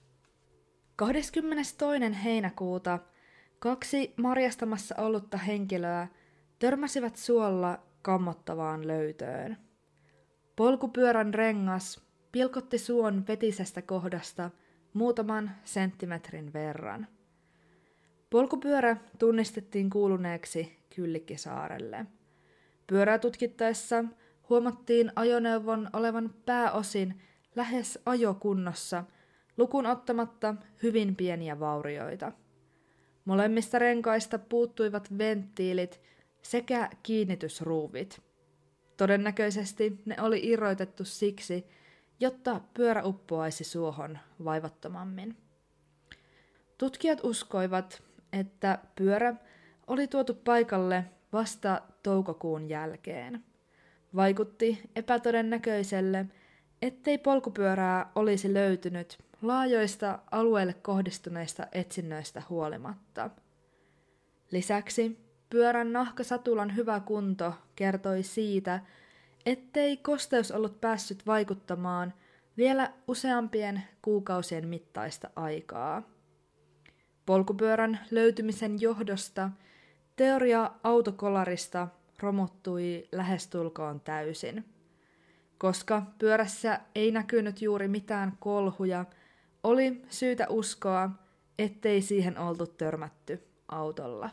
22. heinäkuuta 2 marjastamassa ollutta henkilöä törmäsivät suolla kammottavaan löytöön. Polkupyörän rengas pilkotti suon vetisestä kohdasta muutaman senttimetrin verran. Polkupyörä tunnistettiin kuuluneeksi Kyllikkisaarelle. Pyörää tutkittaessa huomattiin ajoneuvon olevan pääosin lähes ajokunnossa, lukuun ottamatta hyvin pieniä vaurioita. Molemmista renkaista puuttuivat venttiilit sekä kiinnitysruuvit. Todennäköisesti ne oli irrotettu siksi, jotta pyörä uppoaisi suohon vaivattomammin. Tutkijat uskoivat, että pyörä oli tuotu paikalle vasta toukokuun jälkeen. Vaikutti epätodennäköiselle, ettei polkupyörää olisi löytynyt laajoista alueelle kohdistuneista etsinnöistä huolimatta. Lisäksi pyörän nahkasatulan hyvä kunto kertoi siitä, ettei kosteus ollut päässyt vaikuttamaan vielä useampien kuukausien mittaista aikaa. Polkupyörän löytymisen johdosta teoria autokolarista romuttui lähestulkoon täysin. Koska pyörässä ei näkynyt juuri mitään kolhuja, oli syytä uskoa, ettei siihen oltu törmätty autolla.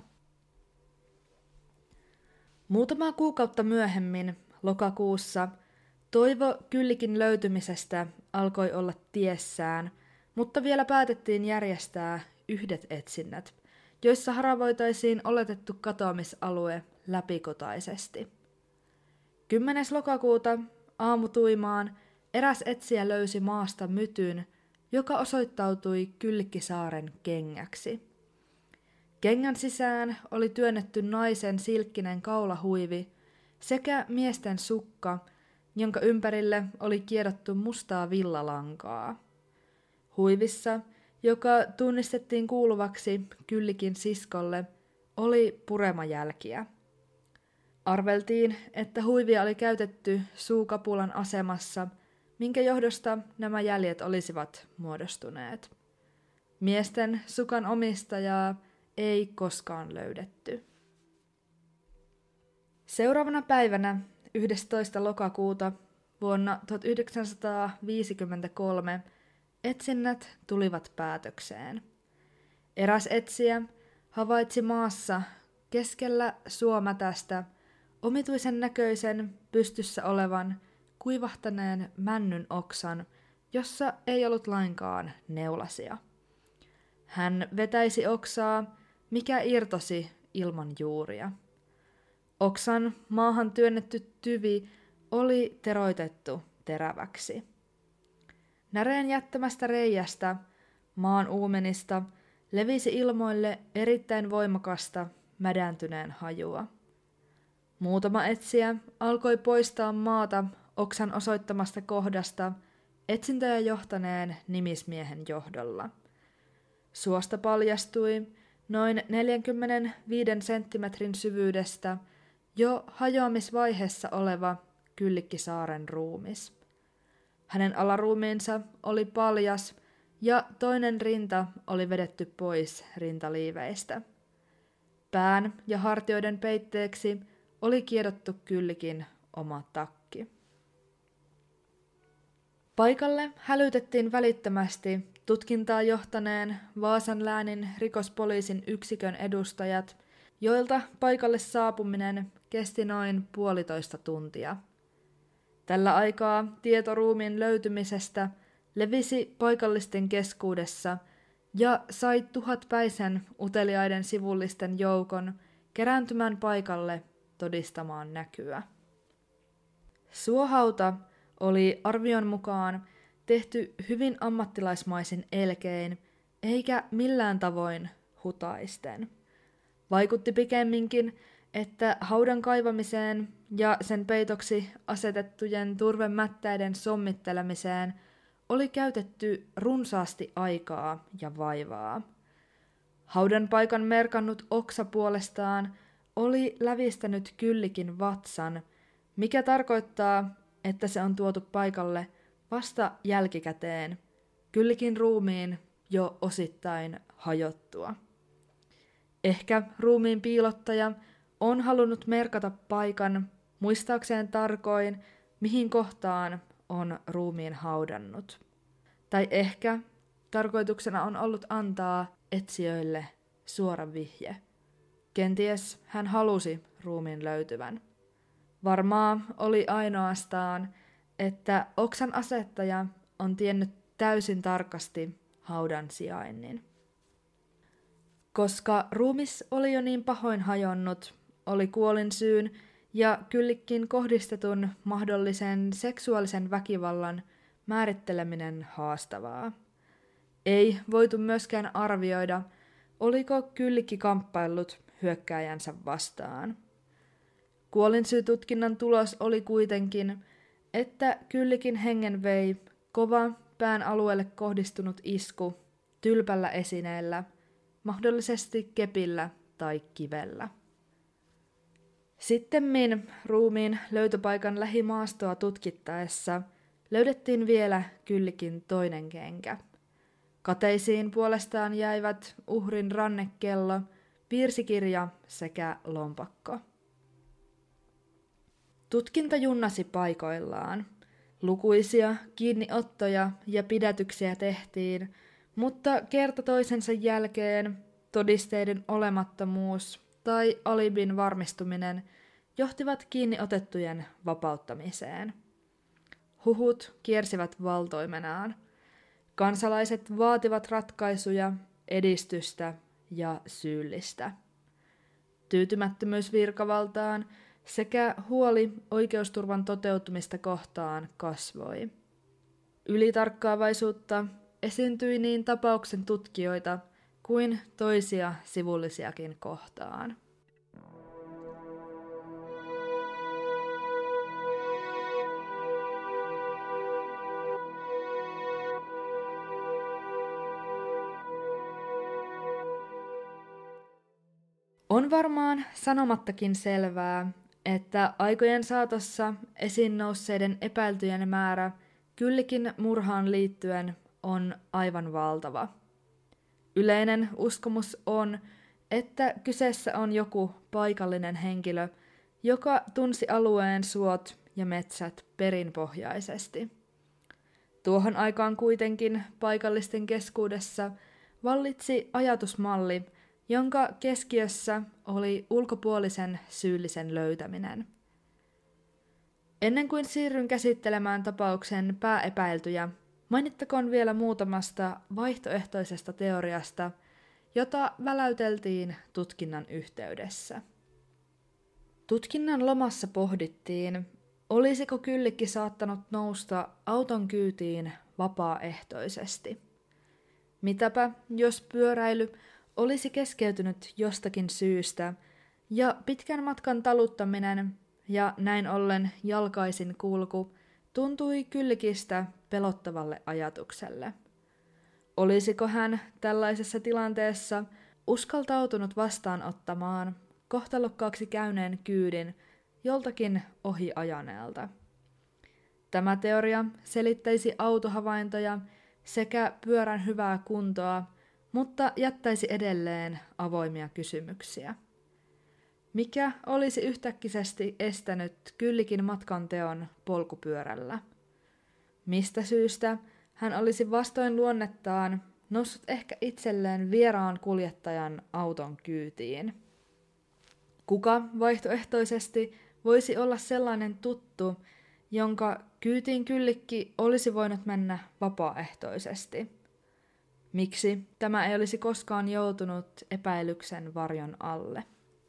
Muutamaa kuukautta myöhemmin, lokakuussa, toivo Kyllikin löytymisestä alkoi olla tiessään, mutta vielä päätettiin järjestää yhdet etsinnät, joissa haravoitaisiin oletettu katoamisalue läpikotaisesti. 10. lokakuuta aamutuimaan eräs etsijä löysi maasta mytyn, joka osoittautui Kyllikkisaaren kengäksi. Kengän sisään oli työnnetty naisen silkkinen kaulahuivi sekä miesten sukka, jonka ympärille oli kiedottu mustaa villalankaa. Huivissa, joka tunnistettiin kuuluvaksi Kyllikin siskolle, oli puremajälkiä. Arveltiin, että huivia oli käytetty suukapulan asemassa, minkä johdosta nämä jäljet olisivat muodostuneet. Miesten sukan omistajaa ei koskaan löydetty. Seuraavana päivänä 11. lokakuuta vuonna 1953 etsinnät tulivat päätökseen. Eräs etsijä havaitsi maassa keskellä suomätästä omituisen näköisen pystyssä olevan kuivahtaneen männyn oksan, jossa ei ollut lainkaan neulasia. Hän vetäisi oksaa, mikä irtosi ilman juuria. Oksan maahan työnnetty tyvi oli teroitettu teräväksi. Näreen jättämästä reiästä, maan uumenista, levisi ilmoille erittäin voimakasta, mädäntyneen hajua. Muutama etsijä alkoi poistaa maata oksan osoittamasta kohdasta etsintöjä johtaneen nimismiehen johdolla. Suosta paljastui noin 45 senttimetrin syvyydestä jo hajoamisvaiheessa oleva Kyllikkisaaren ruumis. Hänen alaruumiinsa oli paljas ja toinen rinta oli vedetty pois rintaliiveistä. Pään ja hartioiden peitteeksi oli kiedottu Kyllikin oma takki. Paikalle hälytettiin välittömästi tutkintaa johtaneen Vaasan läänin rikospoliisin yksikön edustajat, joilta paikalle saapuminen kesti noin 1,5 tuntia. Tällä aikaa tieto ruumiin löytymisestä levisi paikallisten keskuudessa ja sai 1000-päisen uteliaiden sivullisten joukon kerääntymään paikalle todistamaan näkyä. Suohauta oli arvion mukaan tehty hyvin ammattilaismaisin elkein, eikä millään tavoin hutaisten. Vaikutti pikemminkin, että haudan kaivamiseen ja sen peitoksi asetettujen turvemättäiden sommittelemiseen oli käytetty runsaasti aikaa ja vaivaa. Haudan paikan merkannut oksa puolestaan oli lävistänyt Kyllikin vatsan, mikä tarkoittaa, että se on tuotu paikalle vasta jälkikäteen, Kyllikin ruumiin jo osittain hajottua. Ehkä ruumiin piilottaja on halunnut merkata paikan muistaakseen tarkoin, mihin kohtaan on ruumiin haudannut. Tai ehkä tarkoituksena on ollut antaa etsijöille suora vihje. Kenties hän halusi ruumiin löytyvän. Varmaa oli ainoastaan, että oksan asettaja on tiennyt täysin tarkasti haudan sijainnin. Koska ruumis oli jo niin pahoin hajonnut, oli kuolinsyyn ja Kyllikkiin kohdistetun mahdollisen seksuaalisen väkivallan määritteleminen haastavaa. Ei voitu myöskään arvioida, oliko Kyllikki kamppaillut hyökkääjänsä vastaan. Kuolinsyytutkinnan tulos oli kuitenkin, että Kyllikin hengen vei kova pään alueelle kohdistunut isku tylpällä esineellä, mahdollisesti kepillä tai kivellä. Sittemmin ruumiin löytöpaikan lähimaastoa tutkittaessa löydettiin vielä Kyllikin toinen kenkä. Kateisiin puolestaan jäivät uhrin rannekello, piirsikirja sekä lompakko. Tutkinta junnasi paikoillaan. Lukuisia kiinniottoja ja pidätyksiä tehtiin, mutta kerta toisensa jälkeen todisteiden olemattomuus tai alibin varmistuminen johtivat kiinniotettujen vapauttamiseen. Huhut kiersivät valtoimenaan. Kansalaiset vaativat ratkaisuja, edistystä ja syyllistä. Tyytymättömyys virkavaltaan sekä huoli oikeusturvan toteutumista kohtaan kasvoi. Ylitarkkaavaisuutta esiintyi niin tapauksen tutkijoita kuin toisia sivullisiakin kohtaan. On varmaan sanomattakin selvää, että aikojen saatossa esiin nousseiden epäiltyjen määrä Kyllikin murhaan liittyen on aivan valtava. Yleinen uskomus on, että kyseessä on joku paikallinen henkilö, joka tunsi alueen suot ja metsät perinpohjaisesti. Tuohon aikaan kuitenkin paikallisten keskuudessa vallitsi ajatusmalli, jonka keskiössä oli ulkopuolisen syyllisen löytäminen. Ennen kuin siirryn käsittelemään tapauksen pääepäiltyjä, mainittakoon vielä muutamasta vaihtoehtoisesta teoriasta, jota väläyteltiin tutkinnan yhteydessä. Tutkinnan lomassa pohdittiin, olisiko Kyllikki saattanut nousta auton kyytiin vapaaehtoisesti. Mitäpä, jos pyöräily olisi keskeytynyt jostakin syystä ja pitkän matkan taluttaminen ja näin ollen jalkaisin kulku tuntui Kyllikistä pelottavalle ajatukselle. Olisiko hän tällaisessa tilanteessa uskaltautunut vastaanottamaan kohtalokkaaksi käyneen kyydin joltakin ohiajaneelta? Tämä teoria selittäisi autohavaintoja sekä pyörän hyvää kuntoa, mutta jättäisi edelleen avoimia kysymyksiä. Mikä olisi yhtäkkisesti estänyt Kyllikin matkanteon polkupyörällä? Mistä syystä hän olisi vastoin luonnettaan noussut ehkä itselleen vieraan kuljettajan auton kyytiin? Kuka vaihtoehtoisesti voisi olla sellainen tuttu, jonka kyytiin Kyllikki olisi voinut mennä vapaaehtoisesti? Miksi tämä ei olisi koskaan joutunut epäilyksen varjon alle?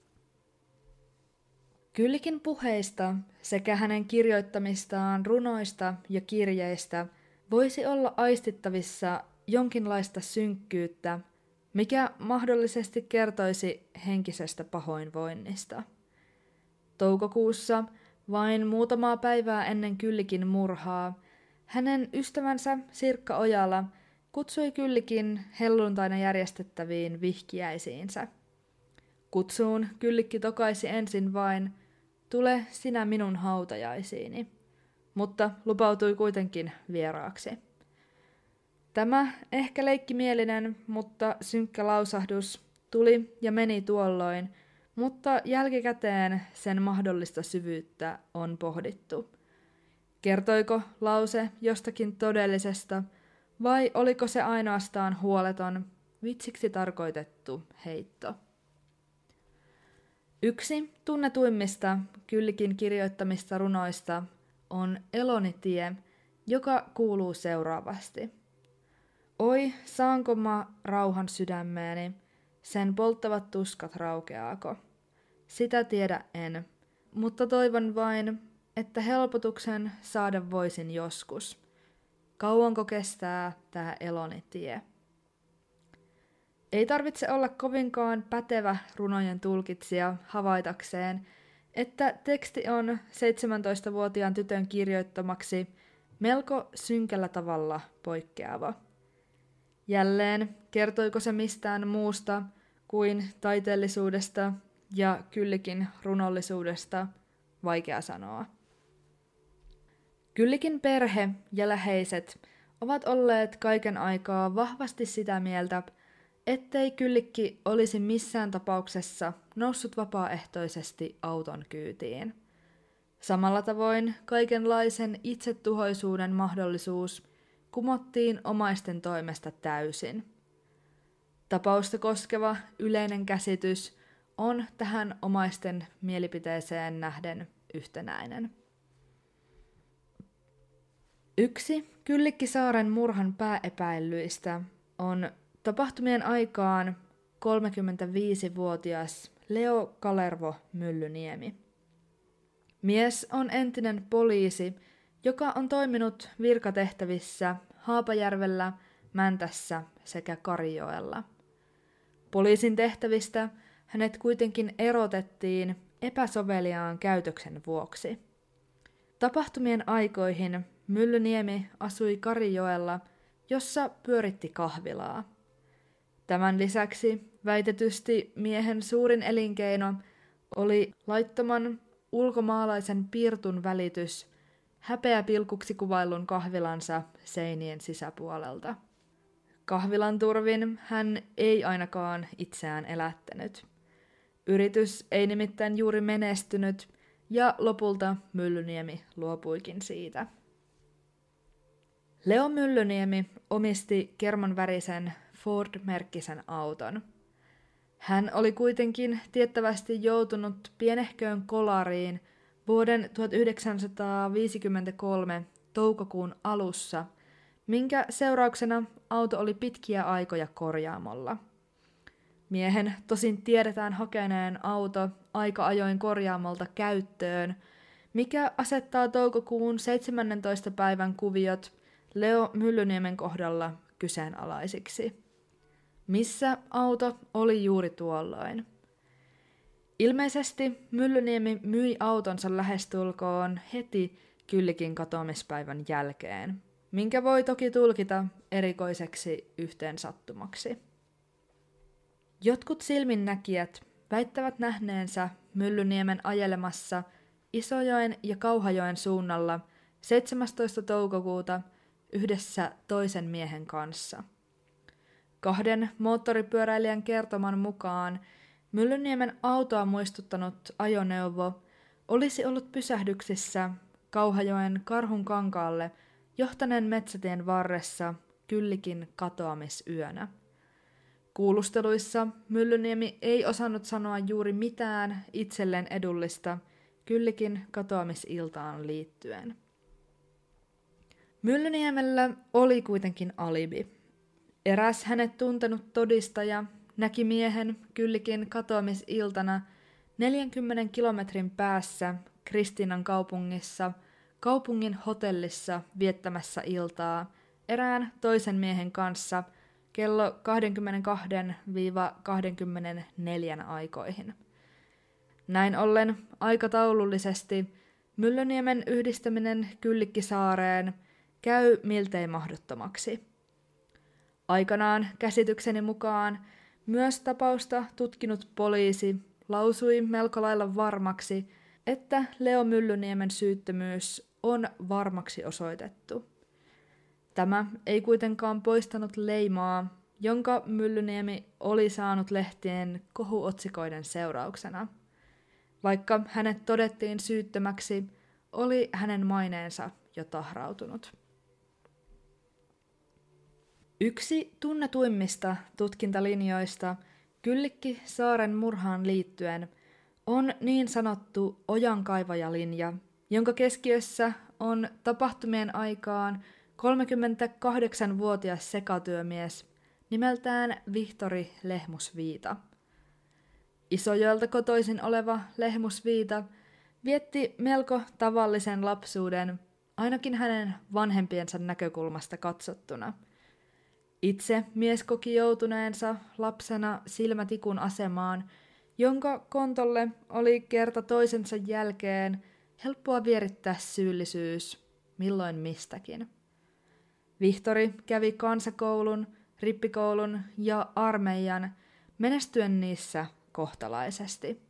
Kyllikin puheista sekä hänen kirjoittamistaan runoista ja kirjeistä voisi olla aistittavissa jonkinlaista synkkyyttä, mikä mahdollisesti kertoisi henkisestä pahoinvoinnista. Toukokuussa, vain muutamaa päivää ennen Kyllikin murhaa, hänen ystävänsä Sirkka Ojala kutsui Kyllikin helluntaina järjestettäviin vihkiäisiinsä. Kutsuun Kyllikki tokaisi ensin vain, tule sinä minun hautajaisiini, mutta lupautui kuitenkin vieraaksi. Tämä ehkä leikkimielinen, mutta synkkä lausahdus tuli ja meni tuolloin, mutta jälkikäteen sen mahdollista syvyyttä on pohdittu. Kertoiko lause jostakin todellisesta, vai oliko se ainoastaan huoleton, vitsiksi tarkoitettu heitto? Yksi tunnetuimmista Kyllikin kirjoittamista runoista on Elonitie, joka kuuluu seuraavasti. Oi, saanko mä rauhan sydämeeni, sen polttavat tuskat raukeaako? Sitä tiedä en, mutta toivon vain, että helpotuksen saada voisin joskus. Kauanko kestää tää Elonitie? Ei tarvitse olla kovinkaan pätevä runojen tulkitsija havaitakseen, että teksti on 17-vuotiaan tytön kirjoittamaksi melko synkällä tavalla poikkeava. Jälleen, kertoiko se mistään muusta kuin taiteellisuudesta ja Kyllikin runollisuudesta, vaikea sanoa. Kyllikin perhe ja läheiset ovat olleet kaiken aikaa vahvasti sitä mieltä, ettei Kyllikki olisi missään tapauksessa noussut vapaaehtoisesti auton kyytiin. Samalla tavoin kaikenlaisen itsetuhoisuuden mahdollisuus kumottiin omaisten toimesta täysin. Tapausta koskeva yleinen käsitys on tähän omaisten mielipiteeseen nähden yhtenäinen. Yksi Kyllikkisaaren murhan pääepäillyistä on tapahtumien aikaan 35-vuotias Leo Kalervo Myllyniemi. Mies on entinen poliisi, joka on toiminut virkatehtävissä Haapajärvellä, Mäntässä sekä Karijoella. Poliisin tehtävistä hänet kuitenkin erotettiin epäsoveliaan käytöksen vuoksi. Tapahtumien aikoihin Myllyniemi asui Karijoella, jossa pyöritti kahvilaa. Tämän lisäksi väitetysti miehen suurin elinkeino oli laittoman ulkomaalaisen pirtun välitys häpeäpilkuksi kuvaillun kahvilansa seinien sisäpuolelta. Kahvilan turvin hän ei ainakaan itseään elättänyt. Yritys ei nimittäin juuri menestynyt, ja lopulta Myllyniemi luopuikin siitä. Leo Myllyniemi omisti kermanvärisen Ford-merkkisen auton. Hän oli kuitenkin tiettävästi joutunut pienehköön kolariin vuoden 1953 toukokuun alussa, minkä seurauksena auto oli pitkiä aikoja korjaamolla. Miehen tosin tiedetään hakeneen auto aika ajoin korjaamolta käyttöön, mikä asettaa toukokuun 17. päivän kuviot Leo Myllyniemen kohdalla kyseenalaisiksi. Missä auto oli juuri tuolloin? Ilmeisesti Myllyniemi myi autonsa lähestulkoon heti Kyllikin katoamispäivän jälkeen, minkä voi toki tulkita erikoiseksi yhteensattumaksi. Jotkut silminnäkijät väittävät nähneensä Myllyniemen ajelemassa Isojoen ja Kauhajoen suunnalla 17. toukokuuta yhdessä toisen miehen kanssa. Kahden moottoripyöräilijän kertoman mukaan Myllyniemen autoa muistuttanut ajoneuvo olisi ollut pysähdyksissä Kauhajoen Karhunkankaalle johtaneen metsätien varressa Kyllikin katoamisyönä. Kuulusteluissa Myllyniemi ei osannut sanoa juuri mitään itselleen edullista Kyllikin katoamisiltaan liittyen. Myllyniemellä oli kuitenkin alibi. Eräs hänet tuntenut todistaja näki miehen Kyllikin katoamisiltana 40 kilometrin päässä Kristiinan kaupungissa kaupungin hotellissa viettämässä iltaa erään toisen miehen kanssa kello 22-24 aikoihin. Näin ollen aikataulullisesti Myllyniemen yhdistäminen Kyllikkisaareen käy miltei mahdottomaksi. Aikanaan käsitykseni mukaan myös tapausta tutkinut poliisi lausui melko lailla varmaksi, että Leo Myllyniemen syyttömyys on varmaksi osoitettu. Tämä ei kuitenkaan poistanut leimaa, jonka Myllyniemi oli saanut lehtien kohuotsikoiden seurauksena. Vaikka hänet todettiin syyttömäksi, oli hänen maineensa jo tahrautunut. Yksi tunnetuimmista tutkintalinjoista Kyllikki-Saaren murhaan liittyen on niin sanottu ojankaivajalinja, jonka keskiössä on tapahtumien aikaan 38-vuotias sekatyömies nimeltään Vihtori Lehmusviita. Isojoelta kotoisin oleva Lehmusviita vietti melko tavallisen lapsuuden, ainakin hänen vanhempiensa näkökulmasta katsottuna. Itse mies koki joutuneensa lapsena silmätikun asemaan, jonka kontolle oli kerta toisensa jälkeen helppoa vierittää syyllisyys, milloin mistäkin. Vihtori kävi kansakoulun, rippikoulun ja armeijan, menestyen niissä kohtalaisesti.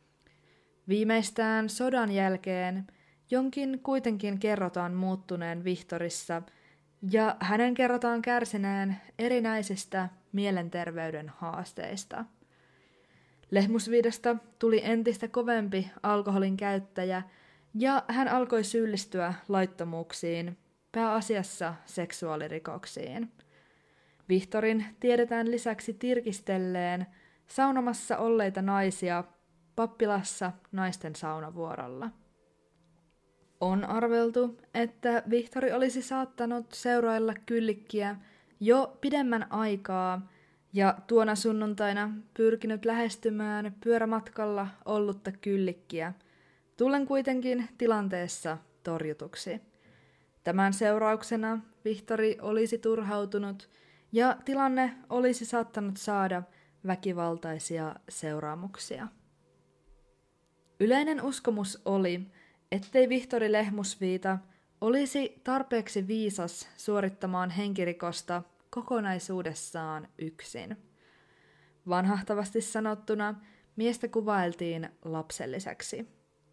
Viimeistään sodan jälkeen jonkin kuitenkin kerrotaan muuttuneen Vihtorissa, ja hänen kerrotaan kärsineen erinäisistä mielenterveyden haasteista. Lehmusviidasta tuli entistä kovempi alkoholin käyttäjä, ja hän alkoi syyllistyä laittomuuksiin, pääasiassa seksuaalirikoksiin. Vihtorin tiedetään lisäksi tirkistelleen saunomassa olleita naisia pappilassa naisten saunavuorolla. On arveltu, että Vihtori olisi saattanut seurailla Kyllikkiä jo pidemmän aikaa ja tuona sunnuntaina pyrkinyt lähestymään pyörämatkalla ollutta Kyllikkiä, tullen kuitenkin tilanteessa torjutuksi. Tämän seurauksena Vihtori olisi turhautunut ja tilanne olisi saattanut saada väkivaltaisia seuraamuksia. Yleinen uskomus oli, ettei Vihtori Lehmusviita olisi tarpeeksi viisas suorittamaan henkirikosta kokonaisuudessaan yksin. Vanhahtavasti sanottuna miestä kuvailtiin lapselliseksi.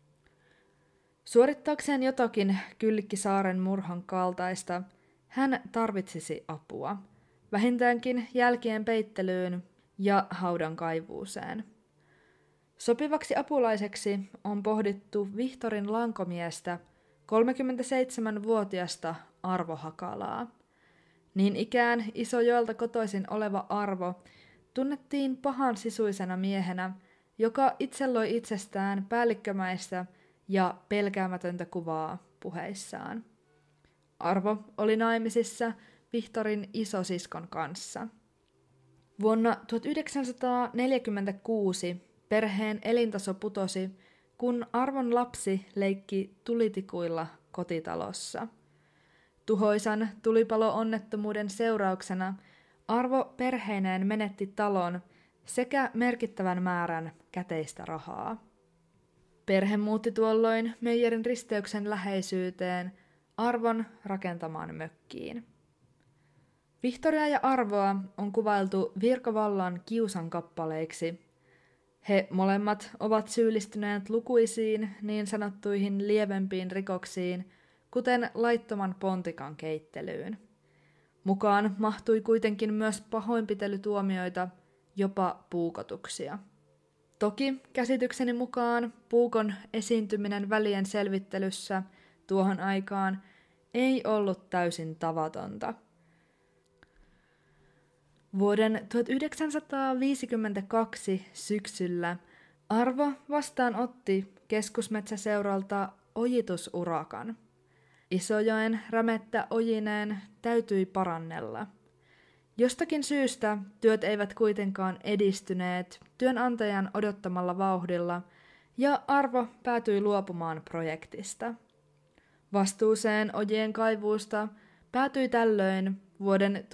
Suorittaakseen jotakin Kyllikki-Saaren murhan kaltaista, hän tarvitsisi apua, vähintäänkin jälkien peittelyyn ja haudan kaivuuseen. Sopivaksi apulaiseksi on pohdittu Vihtorin lankomiestä, 37-vuotiasta Arvo Hakalaa. Niin ikään Isojoelta kotoisin oleva Arvo tunnettiin pahan sisuisena miehenä, joka itse loi itsestään päällikkömäistä ja pelkäämätöntä kuvaa puheissaan. Arvo oli naimisissa Vihtorin isosiskon kanssa. Vuonna 1946 perheen elintaso putosi, kun Arvon lapsi leikki tulitikuilla kotitalossa. Tuhoisan tulipalo-onnettomuuden seurauksena Arvo perheineen menetti talon sekä merkittävän määrän käteistä rahaa. Perhe muutti tuolloin Meijerin risteyksen läheisyyteen Arvon rakentamaan mökkiin. Vihtoria ja Arvoa on kuvailtu virkavallan kiusankappaleiksi. He molemmat ovat syyllistyneet lukuisiin niin sanottuihin lievempiin rikoksiin, kuten laittoman pontikan keittelyyn. Mukaan mahtui kuitenkin myös pahoinpitelytuomioita, jopa puukotuksia. Toki käsitykseni mukaan puukon esiintyminen välien selvittelyssä tuohon aikaan ei ollut täysin tavatonta. Vuoden 1952 syksyllä Arvo vastaanotti Keskusmetsäseuralta ojitusurakan. Isojoen rämettä ojineen täytyi parannella. Jostakin syystä työt eivät kuitenkaan edistyneet työnantajan odottamalla vauhdilla, ja Arvo päätyi luopumaan projektista. Vastuuseen ojien kaivuusta päätyi tällöin vuoden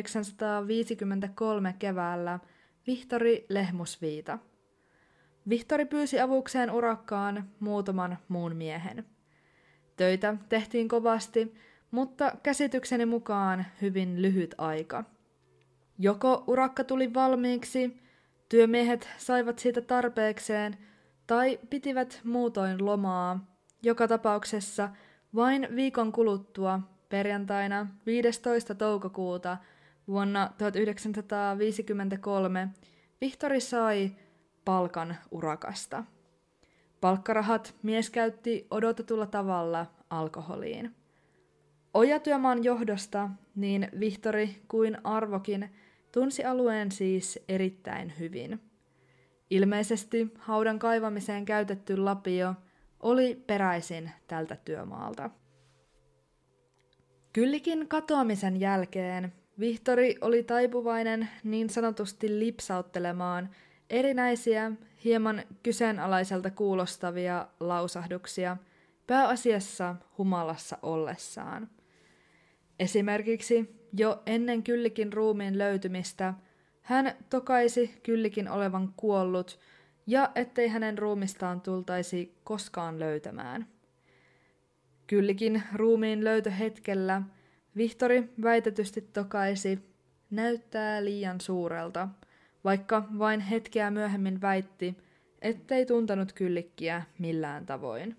1953 keväällä Vihtori Lehmusviita. Vihtori pyysi avukseen urakkaan muutaman muun miehen. Töitä tehtiin kovasti, mutta käsitykseni mukaan hyvin lyhyt aika. Joko urakka tuli valmiiksi, työmiehet saivat siitä tarpeekseen, tai pitivät muutoin lomaa. Joka tapauksessa vain viikon kuluttua perjantaina 15. toukokuuta vuonna 1953 Vihtori sai palkan urakasta. Palkkarahat mies käytti odotetulla tavalla alkoholiin. Ojatyömaan johdosta niin Vihtori kuin Arvokin tunsi alueen siis erittäin hyvin. Ilmeisesti haudan kaivamiseen käytetty lapio oli peräisin tältä työmaalta. Kyllikin katoamisen jälkeen Vihtori oli taipuvainen niin sanotusti lipsauttelemaan erinäisiä, hieman kyseenalaiselta kuulostavia lausahduksia pääasiassa humalassa ollessaan. Esimerkiksi jo ennen Kyllikin ruumiin löytymistä hän tokaisi Kyllikin olevan kuollut ja ettei hänen ruumistaan tultaisi koskaan löytämään. Kyllikin ruumiin löytöhetkellä Vihtori väitetysti tokaisi näyttää liian suurelta, vaikka vain hetkeä myöhemmin väitti, ettei tuntenut Kyllikkiä millään tavoin.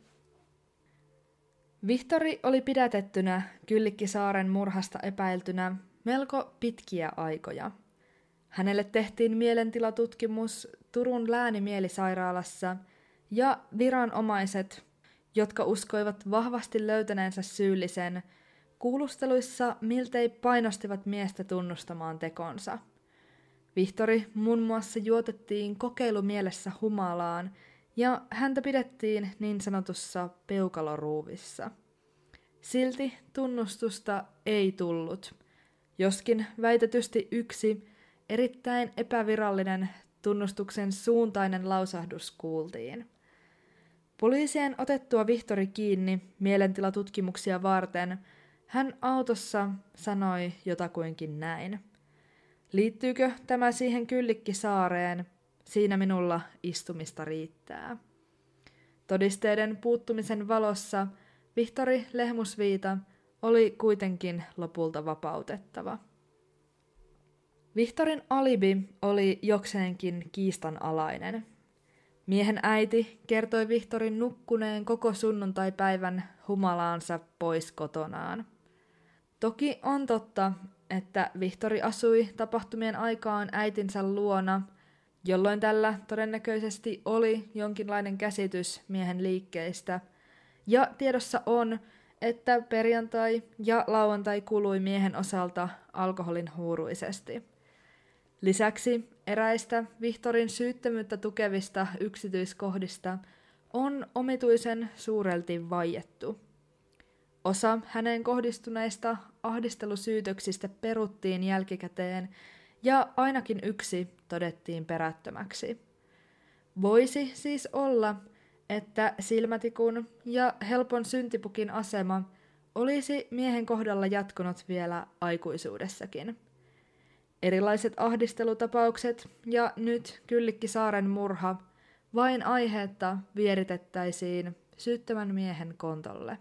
Vihtori oli pidätettynä Kyllikkisaaren murhasta epäiltynä melko pitkiä aikoja. Hänelle tehtiin mielentilatutkimus Turun lääninmielisairaalassa ja viranomaiset, jotka uskoivat vahvasti löytäneensä syyllisen, kuulusteluissa miltei painostivat miestä tunnustamaan tekonsa. Vihtori muun muassa juotettiin kokeilumielessä humalaan ja häntä pidettiin niin sanotussa peukaloruuvissa. Silti tunnustusta ei tullut, joskin väitetysti yksi erittäin epävirallinen tunnustuksen suuntainen lausahdus kuultiin. Poliisien otettua Vihtori kiinni mielentilatutkimuksia varten hän autossa sanoi jotakuinkin näin. Liittyykö tämä siihen Kyllikkisaareen? Siinä minulla istumista riittää. Todisteiden puuttumisen valossa Vihtori Lehmusviita oli kuitenkin lopulta vapautettava. Vihtorin alibi oli jokseenkin kiistanalainen. Miehen äiti kertoi Vihtorin nukkuneen koko sunnuntaipäivän humalaansa pois kotonaan. Toki on totta, että Vihtori asui tapahtumien aikaan äitinsä luona jolloin tällä todennäköisesti oli jonkinlainen käsitys miehen liikkeistä, ja tiedossa on, että perjantai ja lauantai kului miehen osalta alkoholin huuruisesti. Lisäksi eräistä Vihtorin syyttömyyttä tukevista yksityiskohdista on omituisen suurelti vaiettu. Osa hänen kohdistuneista ahdistelusyytöksistä peruttiin jälkikäteen ja ainakin yksi todettiin perättömäksi. Voisi siis olla, että silmätikun ja helpon syntipukin asema olisi miehen kohdalla jatkunut vielä aikuisuudessakin. Erilaiset ahdistelutapaukset ja nyt Kyllikki-Saaren murha vain aiheetta vieritettäisiin syyttömän miehen kontolle.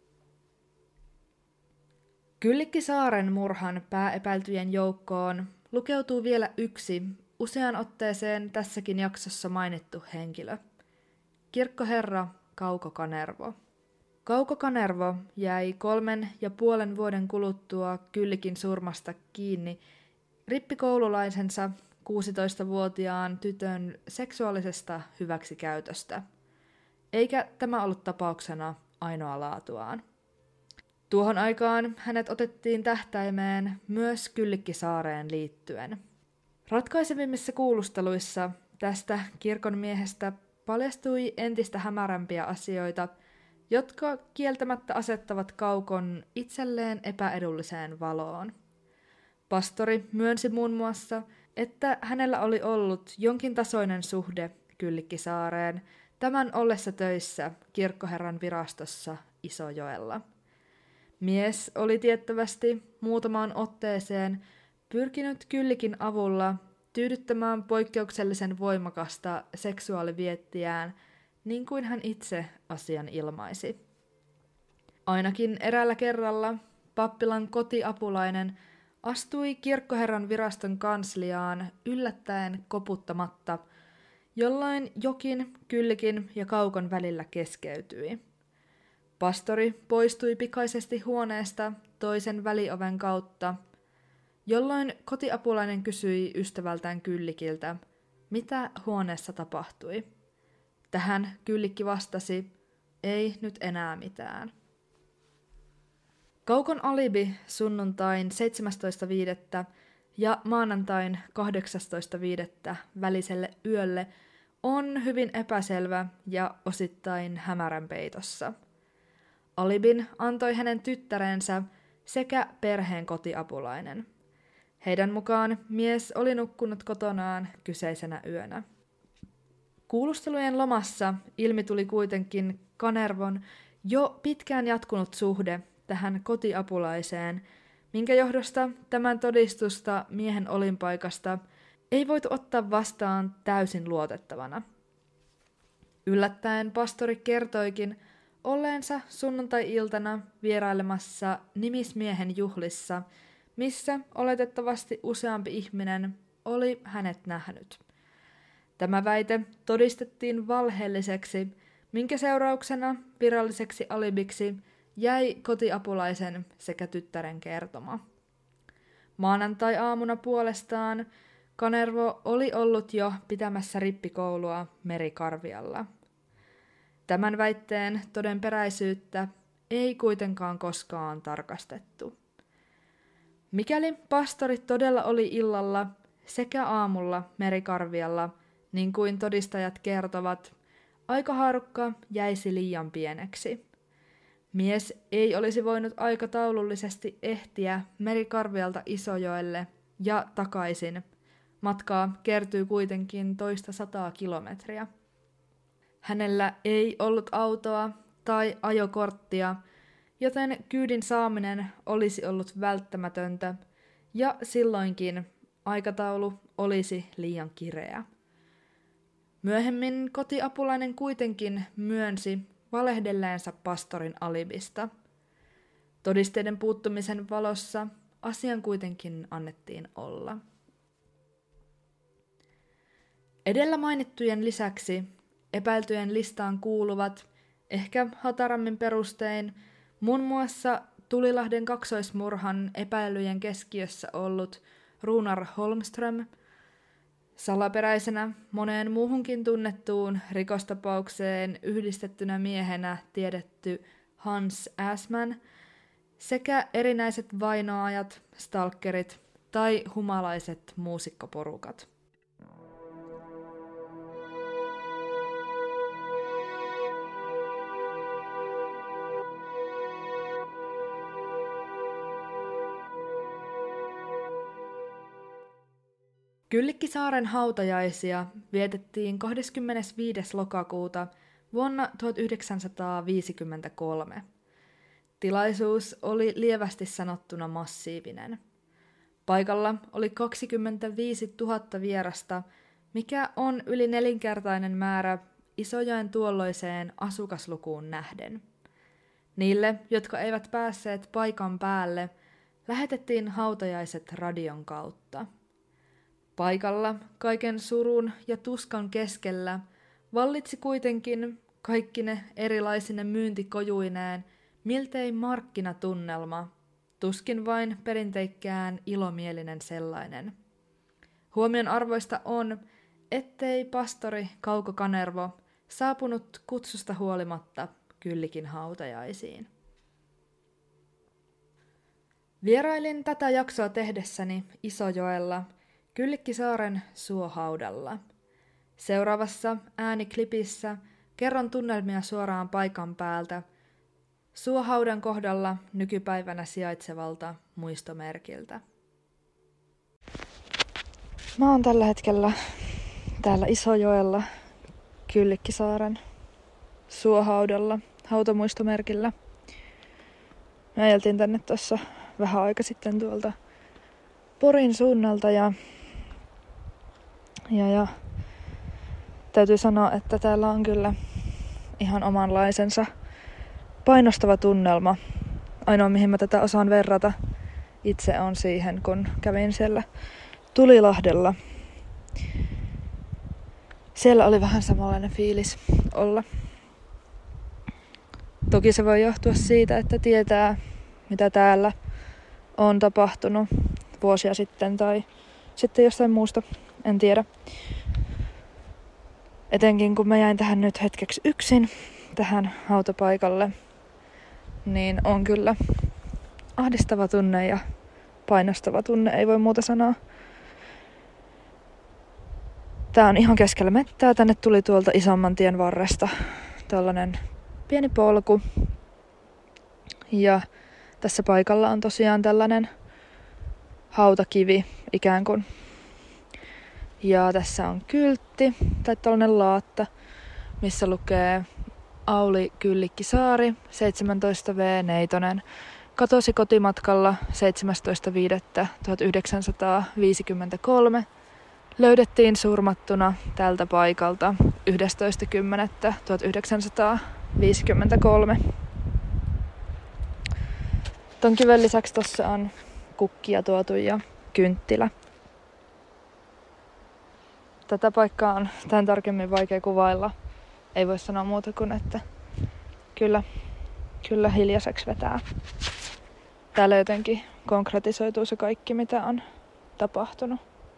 Kyllikki-Saaren murhan pääepäiltyjen joukkoon lukeutuu vielä yksi useaan otteeseen tässäkin jaksossa mainittu henkilö. Kirkkoherra Kauko Kanervo. Kauko Kanervo jäi 3,5 vuoden kuluttua Kyllikin surmasta kiinni rippikoululaisensa 16-vuotiaan tytön seksuaalisesta hyväksikäytöstä. Eikä tämä ollut tapauksena ainoa laatuaan. Tuohon aikaan hänet otettiin tähtäimeen myös Kyllikki-Saareen liittyen. Ratkaisevimmissa kuulusteluissa tästä kirkonmiehestä paljastui entistä hämärämpiä asioita, jotka kieltämättä asettavat Kaukon itselleen epäedulliseen valoon. Pastori myönsi muun muassa, että hänellä oli ollut jonkin tasoinen suhde Kyllikki-Saareen tämän ollessa töissä kirkkoherran virastossa Isojoella. Mies oli tiettävästi muutamaan otteeseen pyrkinyt Kyllikin avulla tyydyttämään poikkeuksellisen voimakasta seksuaaliviettiään, niin kuin hän itse asian ilmaisi. Ainakin eräällä kerralla pappilan kotiapulainen astui kirkkoherran viraston kansliaan yllättäen koputtamatta, jolloin jokin Kyllikin ja Kaukon välillä keskeytyi. Pastori poistui pikaisesti huoneesta toisen välioven kautta, jolloin kotiapulainen kysyi ystävältään Kyllikiltä, mitä huoneessa tapahtui. Tähän Kyllikki vastasi, ei nyt enää mitään. Kaukon alibi sunnuntain 17.5. ja maanantain 18.5. väliselle yölle on hyvin epäselvä ja osittain hämärän peitossa. Alibin antoi hänen tyttärensä sekä perheen kotiapulainen. Heidän mukaan mies oli nukkunut kotonaan kyseisenä yönä. Kuulustelujen lomassa ilmi tuli kuitenkin Kanervon jo pitkään jatkunut suhde tähän kotiapulaiseen, minkä johdosta tämän todistusta miehen olinpaikasta ei voitu ottaa vastaan täysin luotettavana. Yllättäen pastori kertoikin olleensa sunnuntai-iltana vierailemassa nimismiehen juhlissa, missä oletettavasti useampi ihminen oli hänet nähnyt. Tämä väite todistettiin valheelliseksi, minkä seurauksena viralliseksi alibiksi jäi kotiapulaisen sekä tyttären kertoma. Maanantai-aamuna puolestaan Kanervo oli ollut jo pitämässä rippikoulua Merikarvialla. Tämän väitteen todenperäisyyttä ei kuitenkaan koskaan tarkastettu. Mikäli pastori todella oli illalla sekä aamulla Merikarvialla, niin kuin todistajat kertovat, aikahaarukka jäisi liian pieneksi. Mies ei olisi voinut aikataulullisesti ehtiä Merikarvialta Isojoelle ja takaisin. Matkaa kertyy kuitenkin toista 100 kilometriä. Hänellä ei ollut autoa tai ajokorttia, joten kyydin saaminen olisi ollut välttämätöntä, ja silloinkin aikataulu olisi liian kireä. Myöhemmin kotiapulainen kuitenkin myönsi valehdelleensa pastorin alibista. Todisteiden puuttumisen valossa asian kuitenkin annettiin olla. Edellä mainittujen lisäksi epäiltyjen listaan kuuluvat, ehkä hatarammin perustein, muun muassa Tulilahden kaksoismurhan epäilyjen keskiössä ollut Runar Holmström, Salaperäisenä moneen muuhunkin tunnettuun rikostapaukseen yhdistettynä miehenä tiedetty Hans Assmann sekä erinäiset vainoajat, stalkerit tai humalaiset muusikkoporukat. Kyllikkisaaren hautajaisia vietettiin 25. lokakuuta vuonna 1953. Tilaisuus oli lievästi sanottuna massiivinen. Paikalla oli 25 000 vierasta, mikä on yli nelinkertainen määrä Isojoen tuolloiseen asukaslukuun nähden. Niille, jotka eivät päässeet paikan päälle, lähetettiin hautajaiset radion kautta. Paikalla kaiken surun ja tuskan keskellä vallitsi kuitenkin kaikkine erilaisine myyntikojuineen miltei markkinatunnelma, tuskin vain perinteikkään ilomielinen sellainen. Huomion arvoista on, ettei pastori Kauko Kanervo saapunut kutsusta huolimatta Kyllikin hautajaisiin. Vierailin tätä jaksoa tehdessäni Isojoella Kyllikkisaaren suohaudalla. Seuraavassa ääniklipissä kerron tunnelmia suoraan paikan päältä suohaudan kohdalla nykypäivänä sijaitsevalta muistomerkiltä. Mä oon tällä hetkellä täällä Isojoella Kyllikkisaaren suohaudalla hautamuistomerkillä. Me ajeltiin tänne tuossa vähän aika sitten tuolta Porin suunnalta ja täytyy sanoa, että täällä on kyllä ihan omanlaisensa painostava tunnelma. Ainoa mihin mä tätä osaan verrata itse on siihen, kun kävin siellä Tulilahdella. Siellä oli vähän samanlainen fiilis olla. Toki se voi johtua siitä, että tietää mitä täällä on tapahtunut vuosia sitten tai sitten jostain muusta, en tiedä. Etenkin kun mä jäin tähän nyt hetkeksi yksin, tähän hautapaikalle, niin on kyllä ahdistava tunne ja painostava tunne, ei voi muuta sanoa. Tää on ihan keskellä mettää, tänne tuli tuolta isomman tien varresta tällainen pieni polku. Ja tässä paikalla on tosiaan tällainen hautakivi ikään kuin. Ja tässä on kyltti tai tällainen laatta, missä lukee Auli Kyllikkisaari, 17V Neitonen. Katosi kotimatkalla 17.5.1953. Löydettiin surmattuna tältä paikalta 11.10.1953. Ton kiven lisäksi tossa on kukkia tuotu ja kynttilä. Tätä paikkaa on tämän tarkemmin vaikea kuvailla. Ei voi sanoa muuta kuin, että kyllä hiljaiseksi vetää. Täällä jotenkin konkretisoituu se kaikki, mitä on tapahtunut.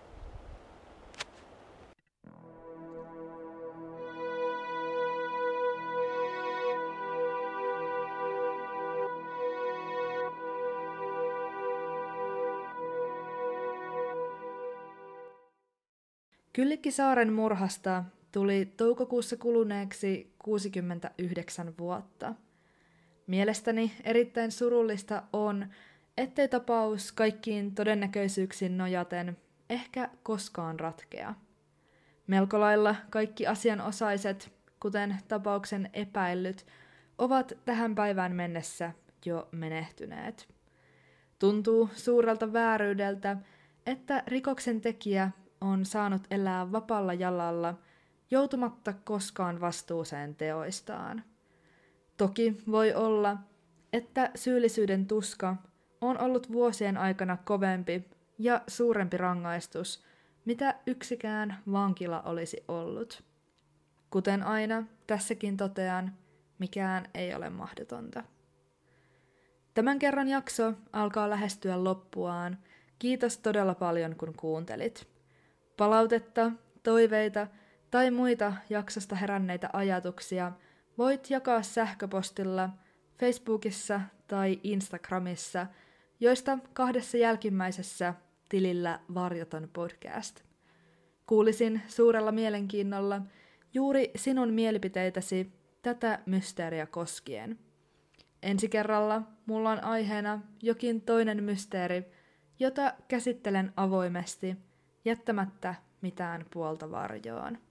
Kyllikkisaaren murhasta tuli toukokuussa kuluneeksi 69 vuotta. Mielestäni erittäin surullista on, ettei tapaus kaikkiin todennäköisyyksiin nojaten ehkä koskaan ratkea. Melko lailla kaikki asianosaiset, kuten tapauksen epäillyt, ovat tähän päivään mennessä jo menehtyneet. Tuntuu suurelta vääryydeltä, että rikoksen tekijä on saanut elää vapaalla jalalla, joutumatta koskaan vastuuseen teoistaan. Toki voi olla, että syyllisyyden tuska on ollut vuosien aikana kovempi ja suurempi rangaistus, mitä yksikään vankila olisi ollut. Kuten aina, tässäkin totean, mikään ei ole mahdotonta. Tämän kerran jakso alkaa lähestyä loppuaan. Kiitos todella paljon, kun kuuntelit. Palautetta, toiveita tai muita jaksosta heränneitä ajatuksia voit jakaa sähköpostilla, Facebookissa tai Instagramissa, joista 2 jälkimmäisessä tilillä Varjoton podcast. Kuulisin suurella mielenkiinnolla juuri sinun mielipiteitäsi tätä mysteeriä koskien. Ensi kerralla mulla on aiheena jokin toinen mysteeri, jota käsittelen avoimesti, jättämättä mitään puolta varjoon.